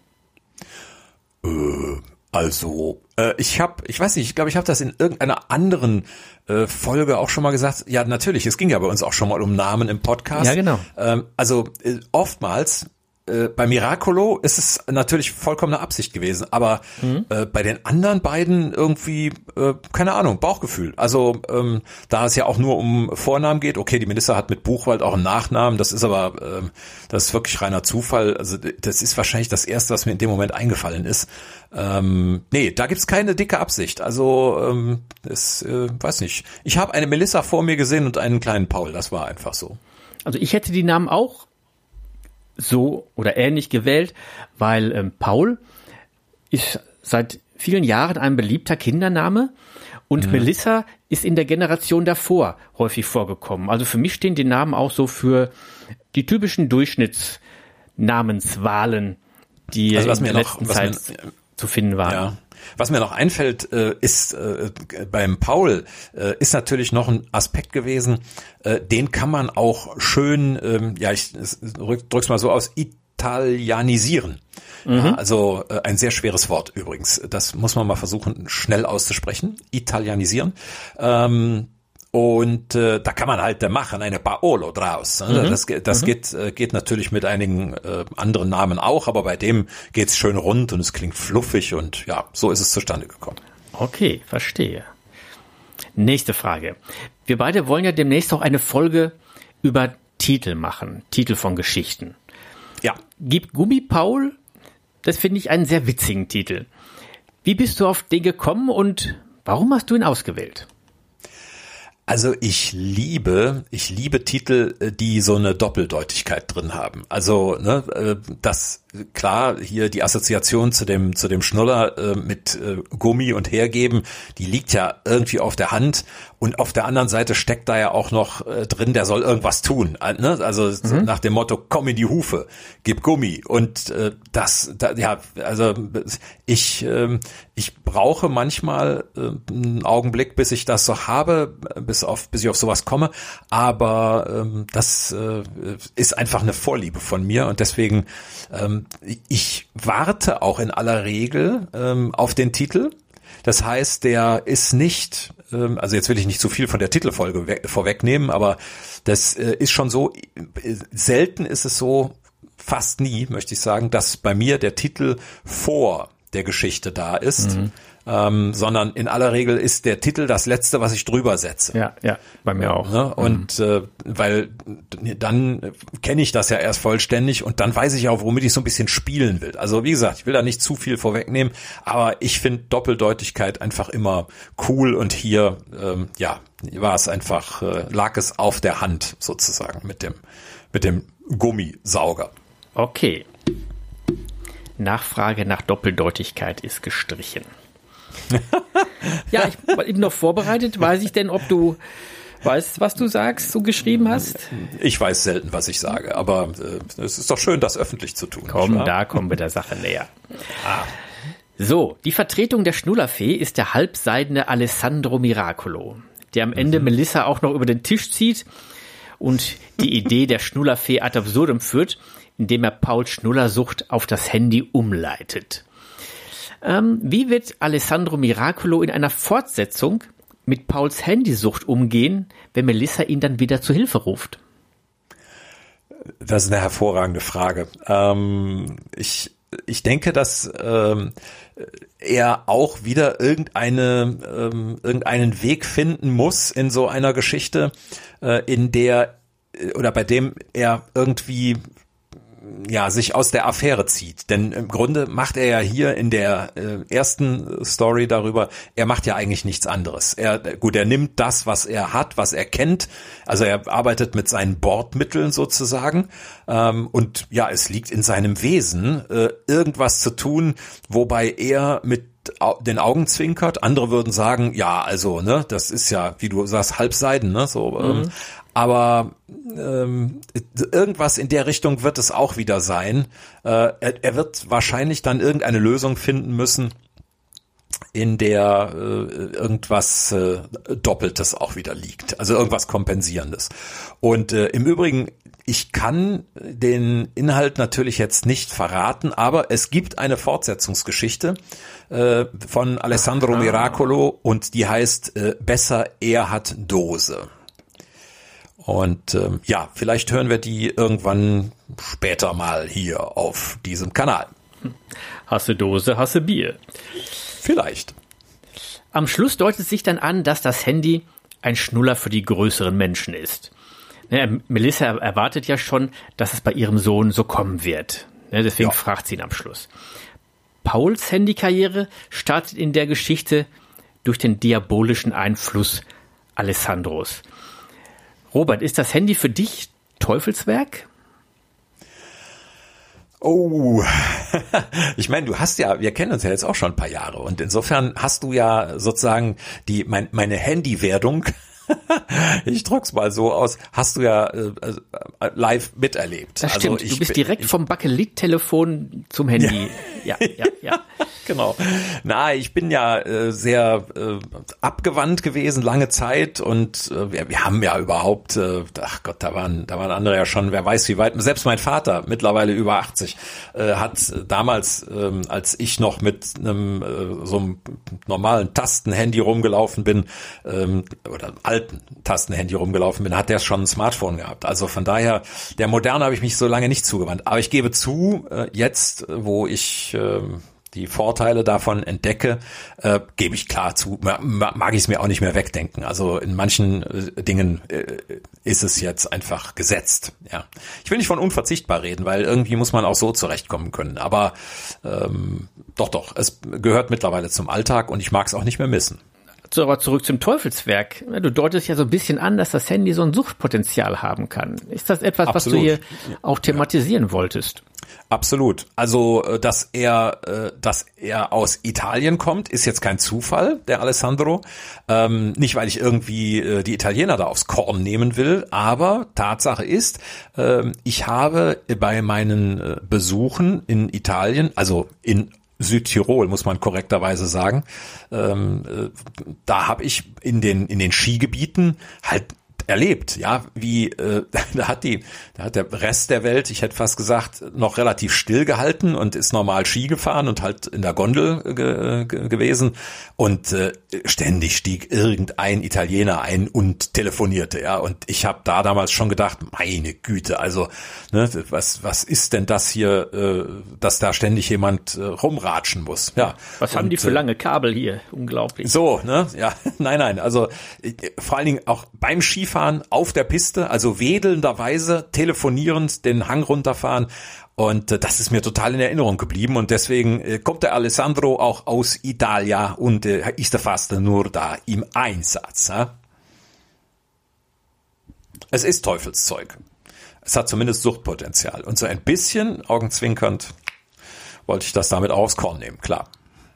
Ich weiß nicht, ich glaube, ich habe das in irgendeiner anderen Folge auch schon mal gesagt. Ja, natürlich, es ging ja bei uns auch schon mal um Namen im Podcast. Ja, genau. Oftmals bei Miracolo ist es natürlich vollkommene Absicht gewesen, aber bei den anderen beiden irgendwie, keine Ahnung, Bauchgefühl. Also da es ja auch nur um Vornamen geht, okay, die Melissa hat mit Buchwald auch einen Nachnamen, das ist aber, das ist wirklich reiner Zufall. Also das ist wahrscheinlich das Erste, was mir in dem Moment eingefallen ist. Nee, da gibt's keine dicke Absicht. Also weiß nicht. Ich habe eine Melissa vor mir gesehen und einen kleinen Paul, das war einfach so. Also ich hätte die Namen auch so oder ähnlich gewählt, weil Paul ist seit vielen Jahren ein beliebter Kindername und Melissa ist in der Generation davor häufig vorgekommen. Also für mich stehen die Namen auch so für die typischen Durchschnittsnamenswahlen, die in der letzten Zeit zu finden waren. Ja. Was mir noch einfällt, ist beim Paul ist natürlich noch ein Aspekt gewesen, den kann man auch schön, ich drück's mal so aus, italienisieren. Ja, also ein sehr schweres Wort übrigens. Das muss man mal versuchen, schnell auszusprechen. Italienisieren. Und da kann man halt machen, eine Paolo draus. Das geht natürlich mit einigen anderen Namen auch, aber bei dem geht's schön rund und es klingt fluffig und ja, so ist es zustande gekommen. Okay, verstehe. Nächste Frage. Wir beide wollen ja demnächst auch eine Folge über Titel machen, Titel von Geschichten. Ja. Gib Gummi Paul, das finde ich einen sehr witzigen Titel. Wie bist du auf den gekommen und warum hast du ihn ausgewählt? Also ich liebe Titel, die so eine Doppeldeutigkeit drin haben. Also das klar hier die Assoziation zu dem Schnuller mit Gummi und Hergeben, die liegt ja irgendwie auf der Hand und auf der anderen Seite steckt da ja auch noch drin, der soll irgendwas tun. Ne? Also nach dem Motto, komm in die Hufe, gib Gummi und ich brauche manchmal einen Augenblick, bis ich das so habe, bis ich auf sowas komme, aber das ist einfach eine Vorliebe von mir und deswegen ich warte auch in aller Regel auf den Titel. Das heißt, der ist nicht, also jetzt will ich nicht zu viel von der Titelfolge vorwegnehmen, aber das ist schon so, selten ist es so, fast nie, möchte ich sagen, dass bei mir der Titel vor der Geschichte da ist. Sondern in aller Regel ist der Titel das Letzte, was ich drüber setze. Ja, bei mir auch. Ne? Und weil dann kenne ich das ja erst vollständig und dann weiß ich auch, womit ich so ein bisschen spielen will. Also wie gesagt, ich will da nicht zu viel vorwegnehmen, aber ich finde Doppeldeutigkeit einfach immer cool und hier war es einfach, lag es auf der Hand sozusagen mit dem Gummisauger. Okay. Nachfrage nach Doppeldeutigkeit ist gestrichen. Ja, ich war eben noch vorbereitet. Weiß ich denn, ob du weißt, was du sagst, so geschrieben hast? Ich weiß selten, was ich sage, aber es ist doch schön, das öffentlich zu tun. Komm, da kommen wir der Sache näher. So, die Vertretung der Schnullerfee ist der halbseidene Alessandro Miracolo, der am Ende Melissa auch noch über den Tisch zieht und die Idee der Schnullerfee ad absurdum führt, indem er Pauls Schnullersucht auf das Handy umleitet. Wie wird Alessandro Miracolo in einer Fortsetzung mit Pauls Handysucht umgehen, wenn Melissa ihn dann wieder zu Hilfe ruft? Das ist eine hervorragende Frage. Ich denke, dass er auch wieder irgendeinen Weg finden muss in so einer Geschichte, in der oder bei dem er irgendwie sich aus der Affäre zieht. Denn im Grunde macht er ja hier in der ersten Story darüber, er macht ja eigentlich nichts anderes. Er nimmt das, was er hat, was er kennt. Also er arbeitet mit seinen Bordmitteln sozusagen. Und es liegt in seinem Wesen, irgendwas zu tun, wobei er mit den Augen zwinkert. Andere würden sagen, ja, also, ne, das ist ja, wie du sagst, Halbseiden, ne, so, aber irgendwas in der Richtung wird es auch wieder sein. Er wird wahrscheinlich dann irgendeine Lösung finden müssen, in der irgendwas Doppeltes auch wieder liegt, also irgendwas Kompensierendes. Und im Übrigen, ich kann den Inhalt natürlich jetzt nicht verraten, aber es gibt eine Fortsetzungsgeschichte von Alessandro Miracolo und die heißt Besser er hat Dose. Und ja, vielleicht hören wir die irgendwann später mal hier auf diesem Kanal. Hasse Dose, hasse Bier. Vielleicht. Am Schluss deutet sich dann an, dass das Handy ein Schnuller für die größeren Menschen ist. Melissa erwartet ja schon, dass es bei ihrem Sohn so kommen wird. Deswegen fragt sie ihn am Schluss. Pauls Handykarriere startet in der Geschichte durch den diabolischen Einfluss Alessandros. Robert, ist das Handy für dich Teufelswerk? Oh, ich meine, wir kennen uns ja jetzt auch schon ein paar Jahre und insofern hast du ja sozusagen meine Handywerdung, ich drück's mal so aus, hast du ja live miterlebt. Das stimmt, du bist direkt vom Bakelit-Telefon zum Handy. Ja. Genau. Ich bin ja sehr abgewandt gewesen, lange Zeit und wir haben ja überhaupt, ach Gott, da waren andere ja schon, wer weiß wie weit, selbst mein Vater, mittlerweile über 80, hat damals, als ich noch mit einem so einem normalen Tastenhandy rumgelaufen bin, oder alten Tastenhandy rumgelaufen bin, hat der schon ein Smartphone gehabt. Also von daher, der Moderne habe ich mich so lange nicht zugewandt. Aber ich gebe zu, jetzt, wo ich die Vorteile davon entdecke, gebe ich klar zu, mag ich es mir auch nicht mehr wegdenken. Also in manchen Dingen ist es jetzt einfach gesetzt. Ja, ich will nicht von unverzichtbar reden, weil irgendwie muss man auch so zurechtkommen können. Aber doch, es gehört mittlerweile zum Alltag und ich mag es auch nicht mehr missen. So, aber zurück zum Teufelswerk. Du deutest ja so ein bisschen an, dass das Handy so ein Suchtpotenzial haben kann. Ist das etwas, Absolut. Was du hier auch thematisieren wolltest? Absolut. Also, dass er aus Italien kommt, ist jetzt kein Zufall, der Alessandro. Nicht, weil ich irgendwie die Italiener da aufs Korn nehmen will, aber Tatsache ist, ich habe bei meinen Besuchen in Italien, also in Südtirol, muss man korrekterweise sagen, da habe ich in den Skigebieten halt erlebt, ja, wie da hat der Rest der Welt, ich hätte fast gesagt, noch relativ still gehalten und ist normal Ski gefahren und halt in der Gondel gewesen und ständig stieg irgendein Italiener ein und telefonierte, ja, und ich habe da damals schon gedacht, meine Güte, also ne, was ist denn das hier, dass da ständig jemand rumratschen muss, ja. Was haben die für lange Kabel hier, unglaublich. So, ne, ja, nein, also vor allen Dingen auch beim Skifahren auf der Piste, also wedelnderweise telefonierend den Hang runterfahren und das ist mir total in Erinnerung geblieben und deswegen kommt der Alessandro auch aus Italia und ist fast nur da im Einsatz. Ja? Es ist Teufelszeug. Es hat zumindest Suchtpotenzial und so ein bisschen augenzwinkernd wollte ich das damit aufs Korn nehmen, klar.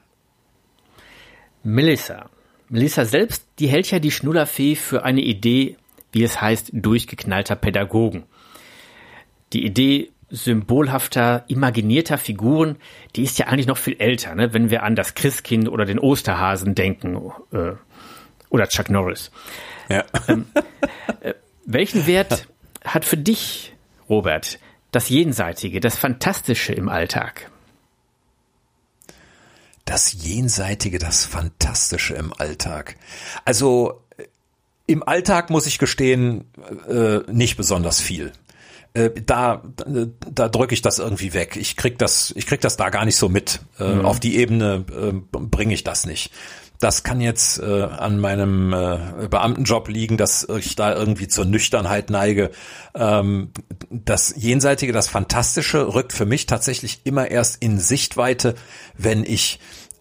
Melissa selbst, die hält ja die Schnullerfee für eine Idee, wie es heißt, durchgeknallter Pädagogen. Die Idee symbolhafter, imaginierter Figuren, die ist ja eigentlich noch viel älter, ne? Wenn wir an das Christkind oder den Osterhasen denken oder Chuck Norris. Ja. Welchen Wert hat für dich, Robert, das Jenseitige, das Fantastische im Alltag? Das Jenseitige, das Fantastische im Alltag. Also im Alltag muss ich gestehen, nicht besonders viel. Da drücke ich das irgendwie weg. Ich krieg das da gar nicht so mit. Auf die Ebene bringe ich das nicht. Das kann jetzt an meinem Beamtenjob liegen, dass ich da irgendwie zur Nüchternheit neige. Das Jenseitige, das Fantastische rückt für mich tatsächlich immer erst in Sichtweite, wenn ich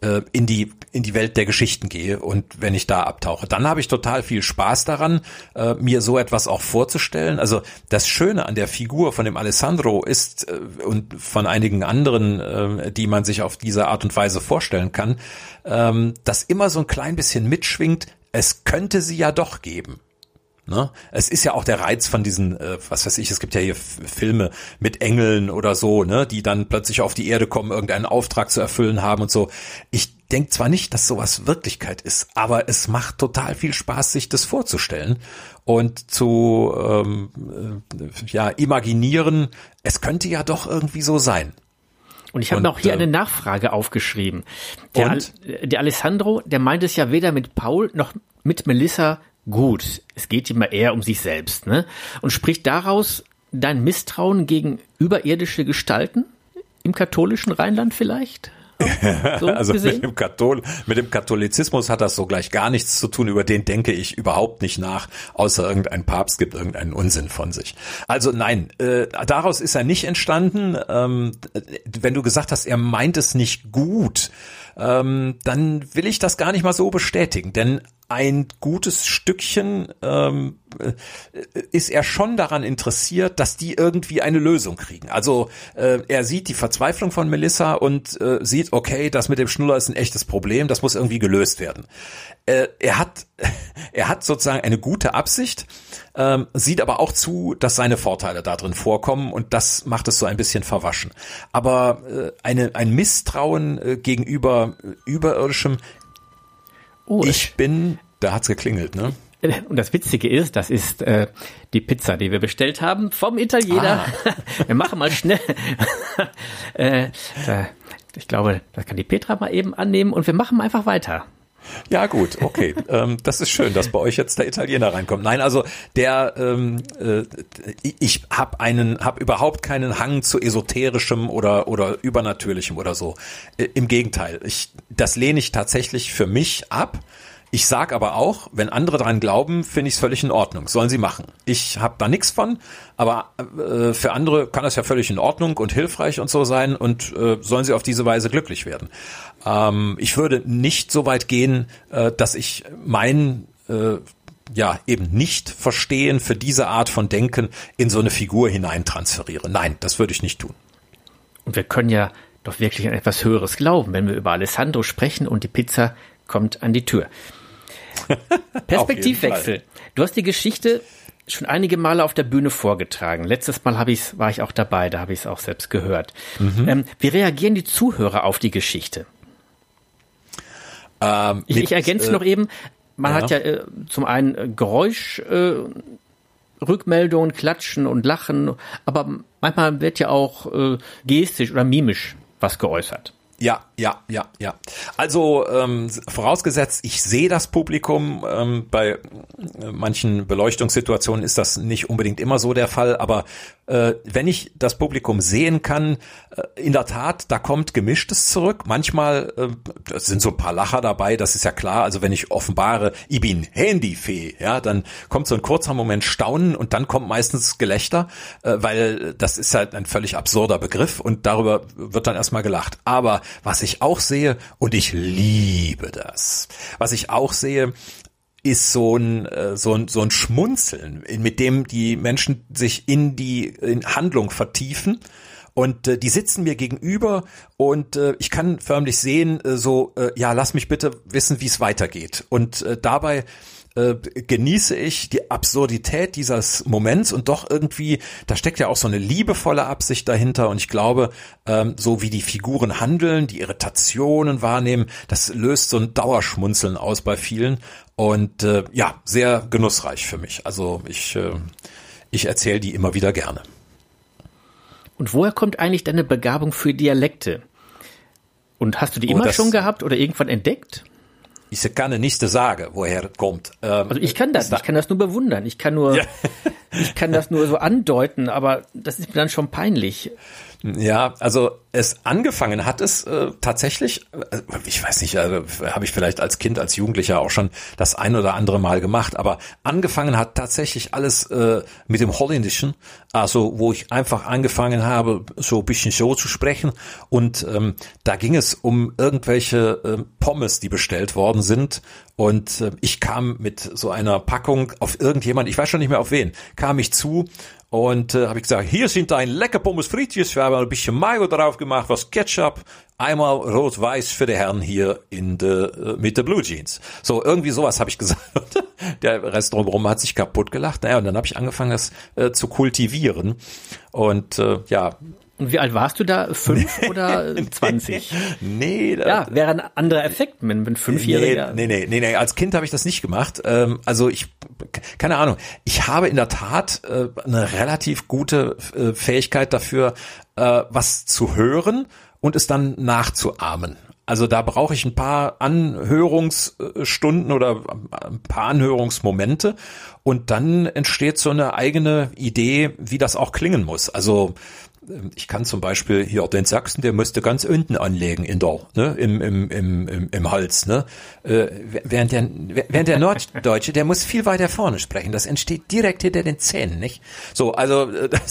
in die Welt der Geschichten gehe und wenn ich da abtauche. Dann habe ich total viel Spaß daran, mir so etwas auch vorzustellen. Also das Schöne an der Figur von dem Alessandro ist und von einigen anderen, die man sich auf diese Art und Weise vorstellen kann, dass immer so ein klein bisschen mitschwingt, es könnte sie ja doch geben. Ne? Es ist ja auch der Reiz von diesen, was weiß ich, es gibt ja hier Filme mit Engeln oder so, ne, die dann plötzlich auf die Erde kommen, irgendeinen Auftrag zu erfüllen haben und so. Ich denke zwar nicht, dass sowas Wirklichkeit ist, aber es macht total viel Spaß, sich das vorzustellen und zu imaginieren, es könnte ja doch irgendwie so sein. Und ich habe mir auch hier eine Nachfrage aufgeschrieben. Der Alessandro, der meint es ja weder mit Paul noch mit Melissa gut. Es geht immer eher um sich selbst, ne? Und spricht daraus dein Misstrauen gegen überirdische Gestalten im katholischen Rheinland vielleicht? So also mit dem Katholizismus hat das so gleich gar nichts zu tun, über den denke ich überhaupt nicht nach, außer irgendein Papst gibt irgendeinen Unsinn von sich. Also nein, daraus ist er nicht entstanden. Wenn du gesagt hast, er meint es nicht gut, dann will ich das gar nicht mal so bestätigen, denn ein gutes Stückchen ist er schon daran interessiert, dass die irgendwie eine Lösung kriegen. Also er sieht die Verzweiflung von Melissa und sieht, okay, das mit dem Schnuller ist ein echtes Problem, das muss irgendwie gelöst werden. Er hat sozusagen eine gute Absicht, sieht aber auch zu, dass seine Vorteile da drin vorkommen und das macht es so ein bisschen verwaschen. Aber ein Misstrauen gegenüber Überirdischem, da hat's geklingelt, ne? Und das Witzige ist, das ist die Pizza, die wir bestellt haben vom Italiener. Wir machen mal schnell. Ich glaube, das kann die Petra mal eben annehmen und wir machen einfach weiter. Ja gut, okay. Das ist schön, dass bei euch jetzt der Italiener reinkommt. Nein, also ich hab überhaupt keinen Hang zu esoterischem oder übernatürlichem oder so. Im Gegenteil, das lehne ich tatsächlich für mich ab. Ich sag aber auch, wenn andere dran glauben, finde ich es völlig in Ordnung. Sollen sie machen. Ich habe da nichts von, aber für andere kann das ja völlig in Ordnung und hilfreich und so sein und sollen sie auf diese Weise glücklich werden. Ich würde nicht so weit gehen, dass ich mein eben nicht verstehen für diese Art von Denken in so eine Figur hineintransferiere. Nein, das würde ich nicht tun. Und wir können ja doch wirklich an etwas Höheres glauben, wenn wir über Alessandro sprechen und die Pizza kommt an die Tür. Perspektivwechsel. Du hast die Geschichte schon einige Male auf der Bühne vorgetragen. Letztes Mal war ich auch dabei, da habe ich es auch selbst gehört. Wie reagieren die Zuhörer auf die Geschichte? Ich ergänze noch eben, man hat ja zum einen Rückmeldungen, Klatschen und Lachen, aber manchmal wird ja auch gestisch oder mimisch was geäußert. Ja. Also vorausgesetzt, ich sehe das Publikum, bei manchen Beleuchtungssituationen ist das nicht unbedingt immer so der Fall, aber wenn ich das Publikum sehen kann, in der Tat, da kommt Gemischtes zurück. Manchmal sind so ein paar Lacher dabei, das ist ja klar. Also wenn ich offenbare, ich bin Handyfee, ja, dann kommt so ein kurzer Moment Staunen und dann kommt meistens Gelächter, weil das ist halt ein völlig absurder Begriff und darüber wird dann erstmal gelacht. Aber was ich auch sehe, und ich liebe das, was ich auch sehe, ist so ein Schmunzeln, mit dem die Menschen sich in Handlung vertiefen. Und die sitzen mir gegenüber und ich kann förmlich sehen, lass mich bitte wissen, wie es weitergeht. Und dabei genieße ich die Absurdität dieses Moments und doch irgendwie, da steckt ja auch so eine liebevolle Absicht dahinter und ich glaube, so wie die Figuren handeln, die Irritationen wahrnehmen, das löst so ein Dauerschmunzeln aus bei vielen und sehr genussreich für mich. Also ich erzähle die immer wieder gerne. Und woher kommt eigentlich deine Begabung für Dialekte? Und hast du die immer schon gehabt oder irgendwann entdeckt? Ich kann nicht sagen, woher kommt. Also ich kann das nur bewundern. Ich kann das nur so andeuten, aber das ist mir dann schon peinlich. Ja, also angefangen hat es tatsächlich, ich weiß nicht, habe ich vielleicht als Kind, als Jugendlicher auch schon das ein oder andere Mal gemacht, aber angefangen hat tatsächlich alles mit dem Holländischen, also wo ich einfach angefangen habe, so ein bisschen so zu sprechen und da ging es um irgendwelche Pommes, die bestellt worden sind und ich kam mit so einer Packung auf irgendjemand, ich weiß schon nicht mehr auf wen, kam ich zu und habe ich gesagt, hier sind ein lecker Pommes frites, wir haben ein bisschen Mayo drauf gemacht, was Ketchup, einmal rot-weiß für die Herren hier mit der Blue Jeans. So, irgendwie sowas habe ich gesagt. Der Rest drumherum hat sich kaputt gelacht. Naja, und dann habe ich angefangen, das zu kultivieren. Und ja. Und wie alt warst du da? 5 oder 20? Nee. Ja, wäre ein anderer Effekt, wenn 5-Jähriger. Nee. Als Kind habe ich das nicht gemacht. Also keine Ahnung. Ich habe in der Tat eine relativ gute Fähigkeit dafür, was zu hören und es dann nachzuahmen. Also da brauche ich ein paar Anhörungsstunden oder ein paar Anhörungsmomente und dann entsteht so eine eigene Idee, wie das auch klingen muss. Also ich kann zum Beispiel hier den Sachsen, der müsste ganz unten anlegen im Hals, ne? Während der Norddeutsche, der muss viel weiter vorne sprechen. Das entsteht direkt hinter den Zähnen, nicht? So, also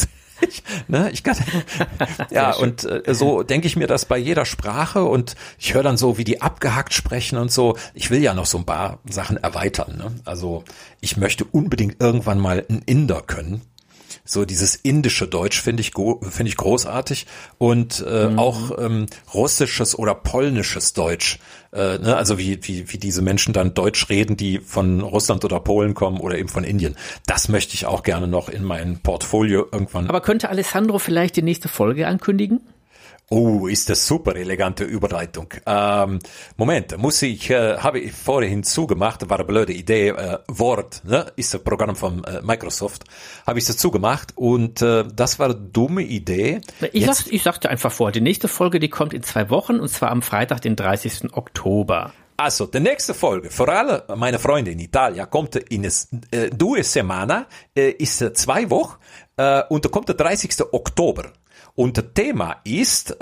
ich kann, ja, und so denke ich mir das bei jeder Sprache und ich höre dann so, wie die abgehackt sprechen und so. Ich will ja noch so ein paar Sachen erweitern, ne? Also ich möchte unbedingt irgendwann mal einen Inder können. So dieses indische Deutsch finde ich großartig und auch russisches oder polnisches Deutsch, ne? Also wie diese Menschen dann Deutsch reden, die von Russland oder Polen kommen oder eben von Indien. Das möchte ich auch gerne noch in mein Portfolio irgendwann. Aber könnte Alessandro vielleicht die nächste Folge ankündigen? Oh, ist das super elegante Überleitung. Moment, habe ich vorhin zugemacht, war eine blöde Idee, Word, ne, ist das Programm von Microsoft, habe ich das zugemacht und das war eine dumme Idee. Ich sagte einfach vor, die nächste Folge, die kommt in 2 Wochen und zwar am Freitag, den 30. Oktober. Also, die nächste Folge, für alle meine Freunde in Italien, kommt in 2 Semana, ist 2 Wochen und da kommt der 30. Oktober. Und das Thema ist,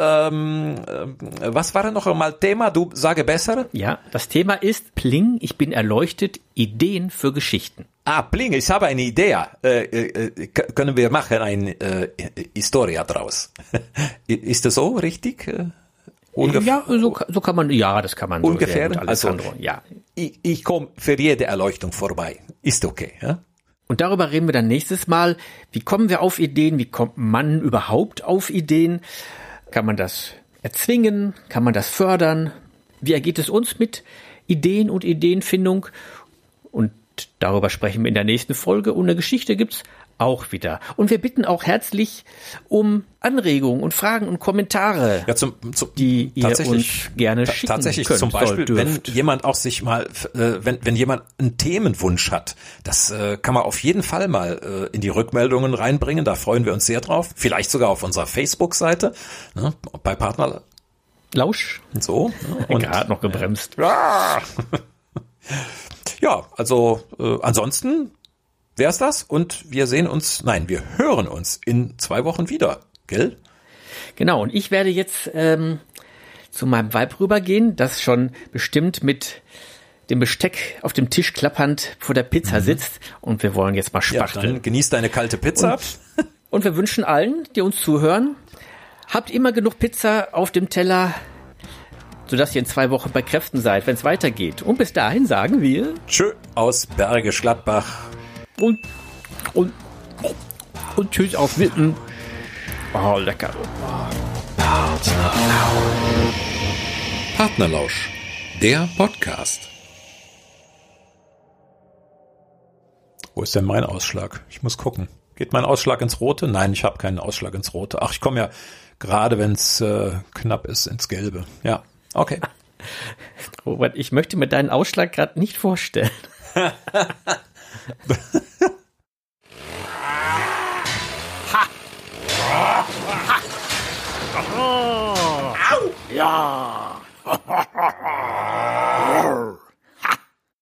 was war noch einmal Thema? Du sage besser. Ja, das Thema ist Pling, ich bin erleuchtet, Ideen für Geschichten. Pling, ich habe eine Idee. Können wir machen eine Historia draus? Ist das so richtig? Ja, so kann man, ja, das kann man ungefähr. So sehr gut, Alessandro, also, ja. Ich komme für jede Erleuchtung vorbei. Ist okay, ja? Und darüber reden wir dann nächstes Mal. Wie kommen wir auf Ideen? Wie kommt man überhaupt auf Ideen? Kann man das erzwingen? Kann man das fördern? Wie ergeht es uns mit Ideen und Ideenfindung? Und darüber sprechen wir in der nächsten Folge. Und eine Geschichte gibt's auch wieder. Und wir bitten auch herzlich um Anregungen und Fragen und Kommentare, ja, die ihr uns gerne schicken tatsächlich könnt, zum Beispiel, wenn jemand auch sich mal, wenn jemand einen Themenwunsch hat, das kann man auf jeden Fall mal in die Rückmeldungen reinbringen, da freuen wir uns sehr drauf. Vielleicht sogar auf unserer Facebook-Seite, ne, bei Partner Lausch. So. Ne, und gerade noch gebremst. Ja, also ansonsten wär's das und wir hören uns in 2 Wochen wieder, gell? Genau, und ich werde jetzt zu meinem Weib rübergehen, das schon bestimmt mit dem Besteck auf dem Tisch klappernd vor der Pizza sitzt und wir wollen jetzt mal spachteln. Ja, dann genieß deine kalte Pizza. Und wir wünschen allen, die uns zuhören, habt immer genug Pizza auf dem Teller, sodass ihr in 2 Wochen bei Kräften seid, wenn es weitergeht. Und bis dahin sagen wir Tschö aus Bergisch Gladbach. Und tschüss auf Witten. Oh, lecker. Partnerlausch, der Podcast. Wo ist denn mein Ausschlag? Ich muss gucken. Geht mein Ausschlag ins Rote? Nein, ich habe keinen Ausschlag ins Rote. Ach, ich komme ja gerade, wenn es knapp ist, ins Gelbe. Ja, okay. Robert, ich möchte mir deinen Ausschlag gerade nicht vorstellen. Ha! Ha! Oh. Au! Ja!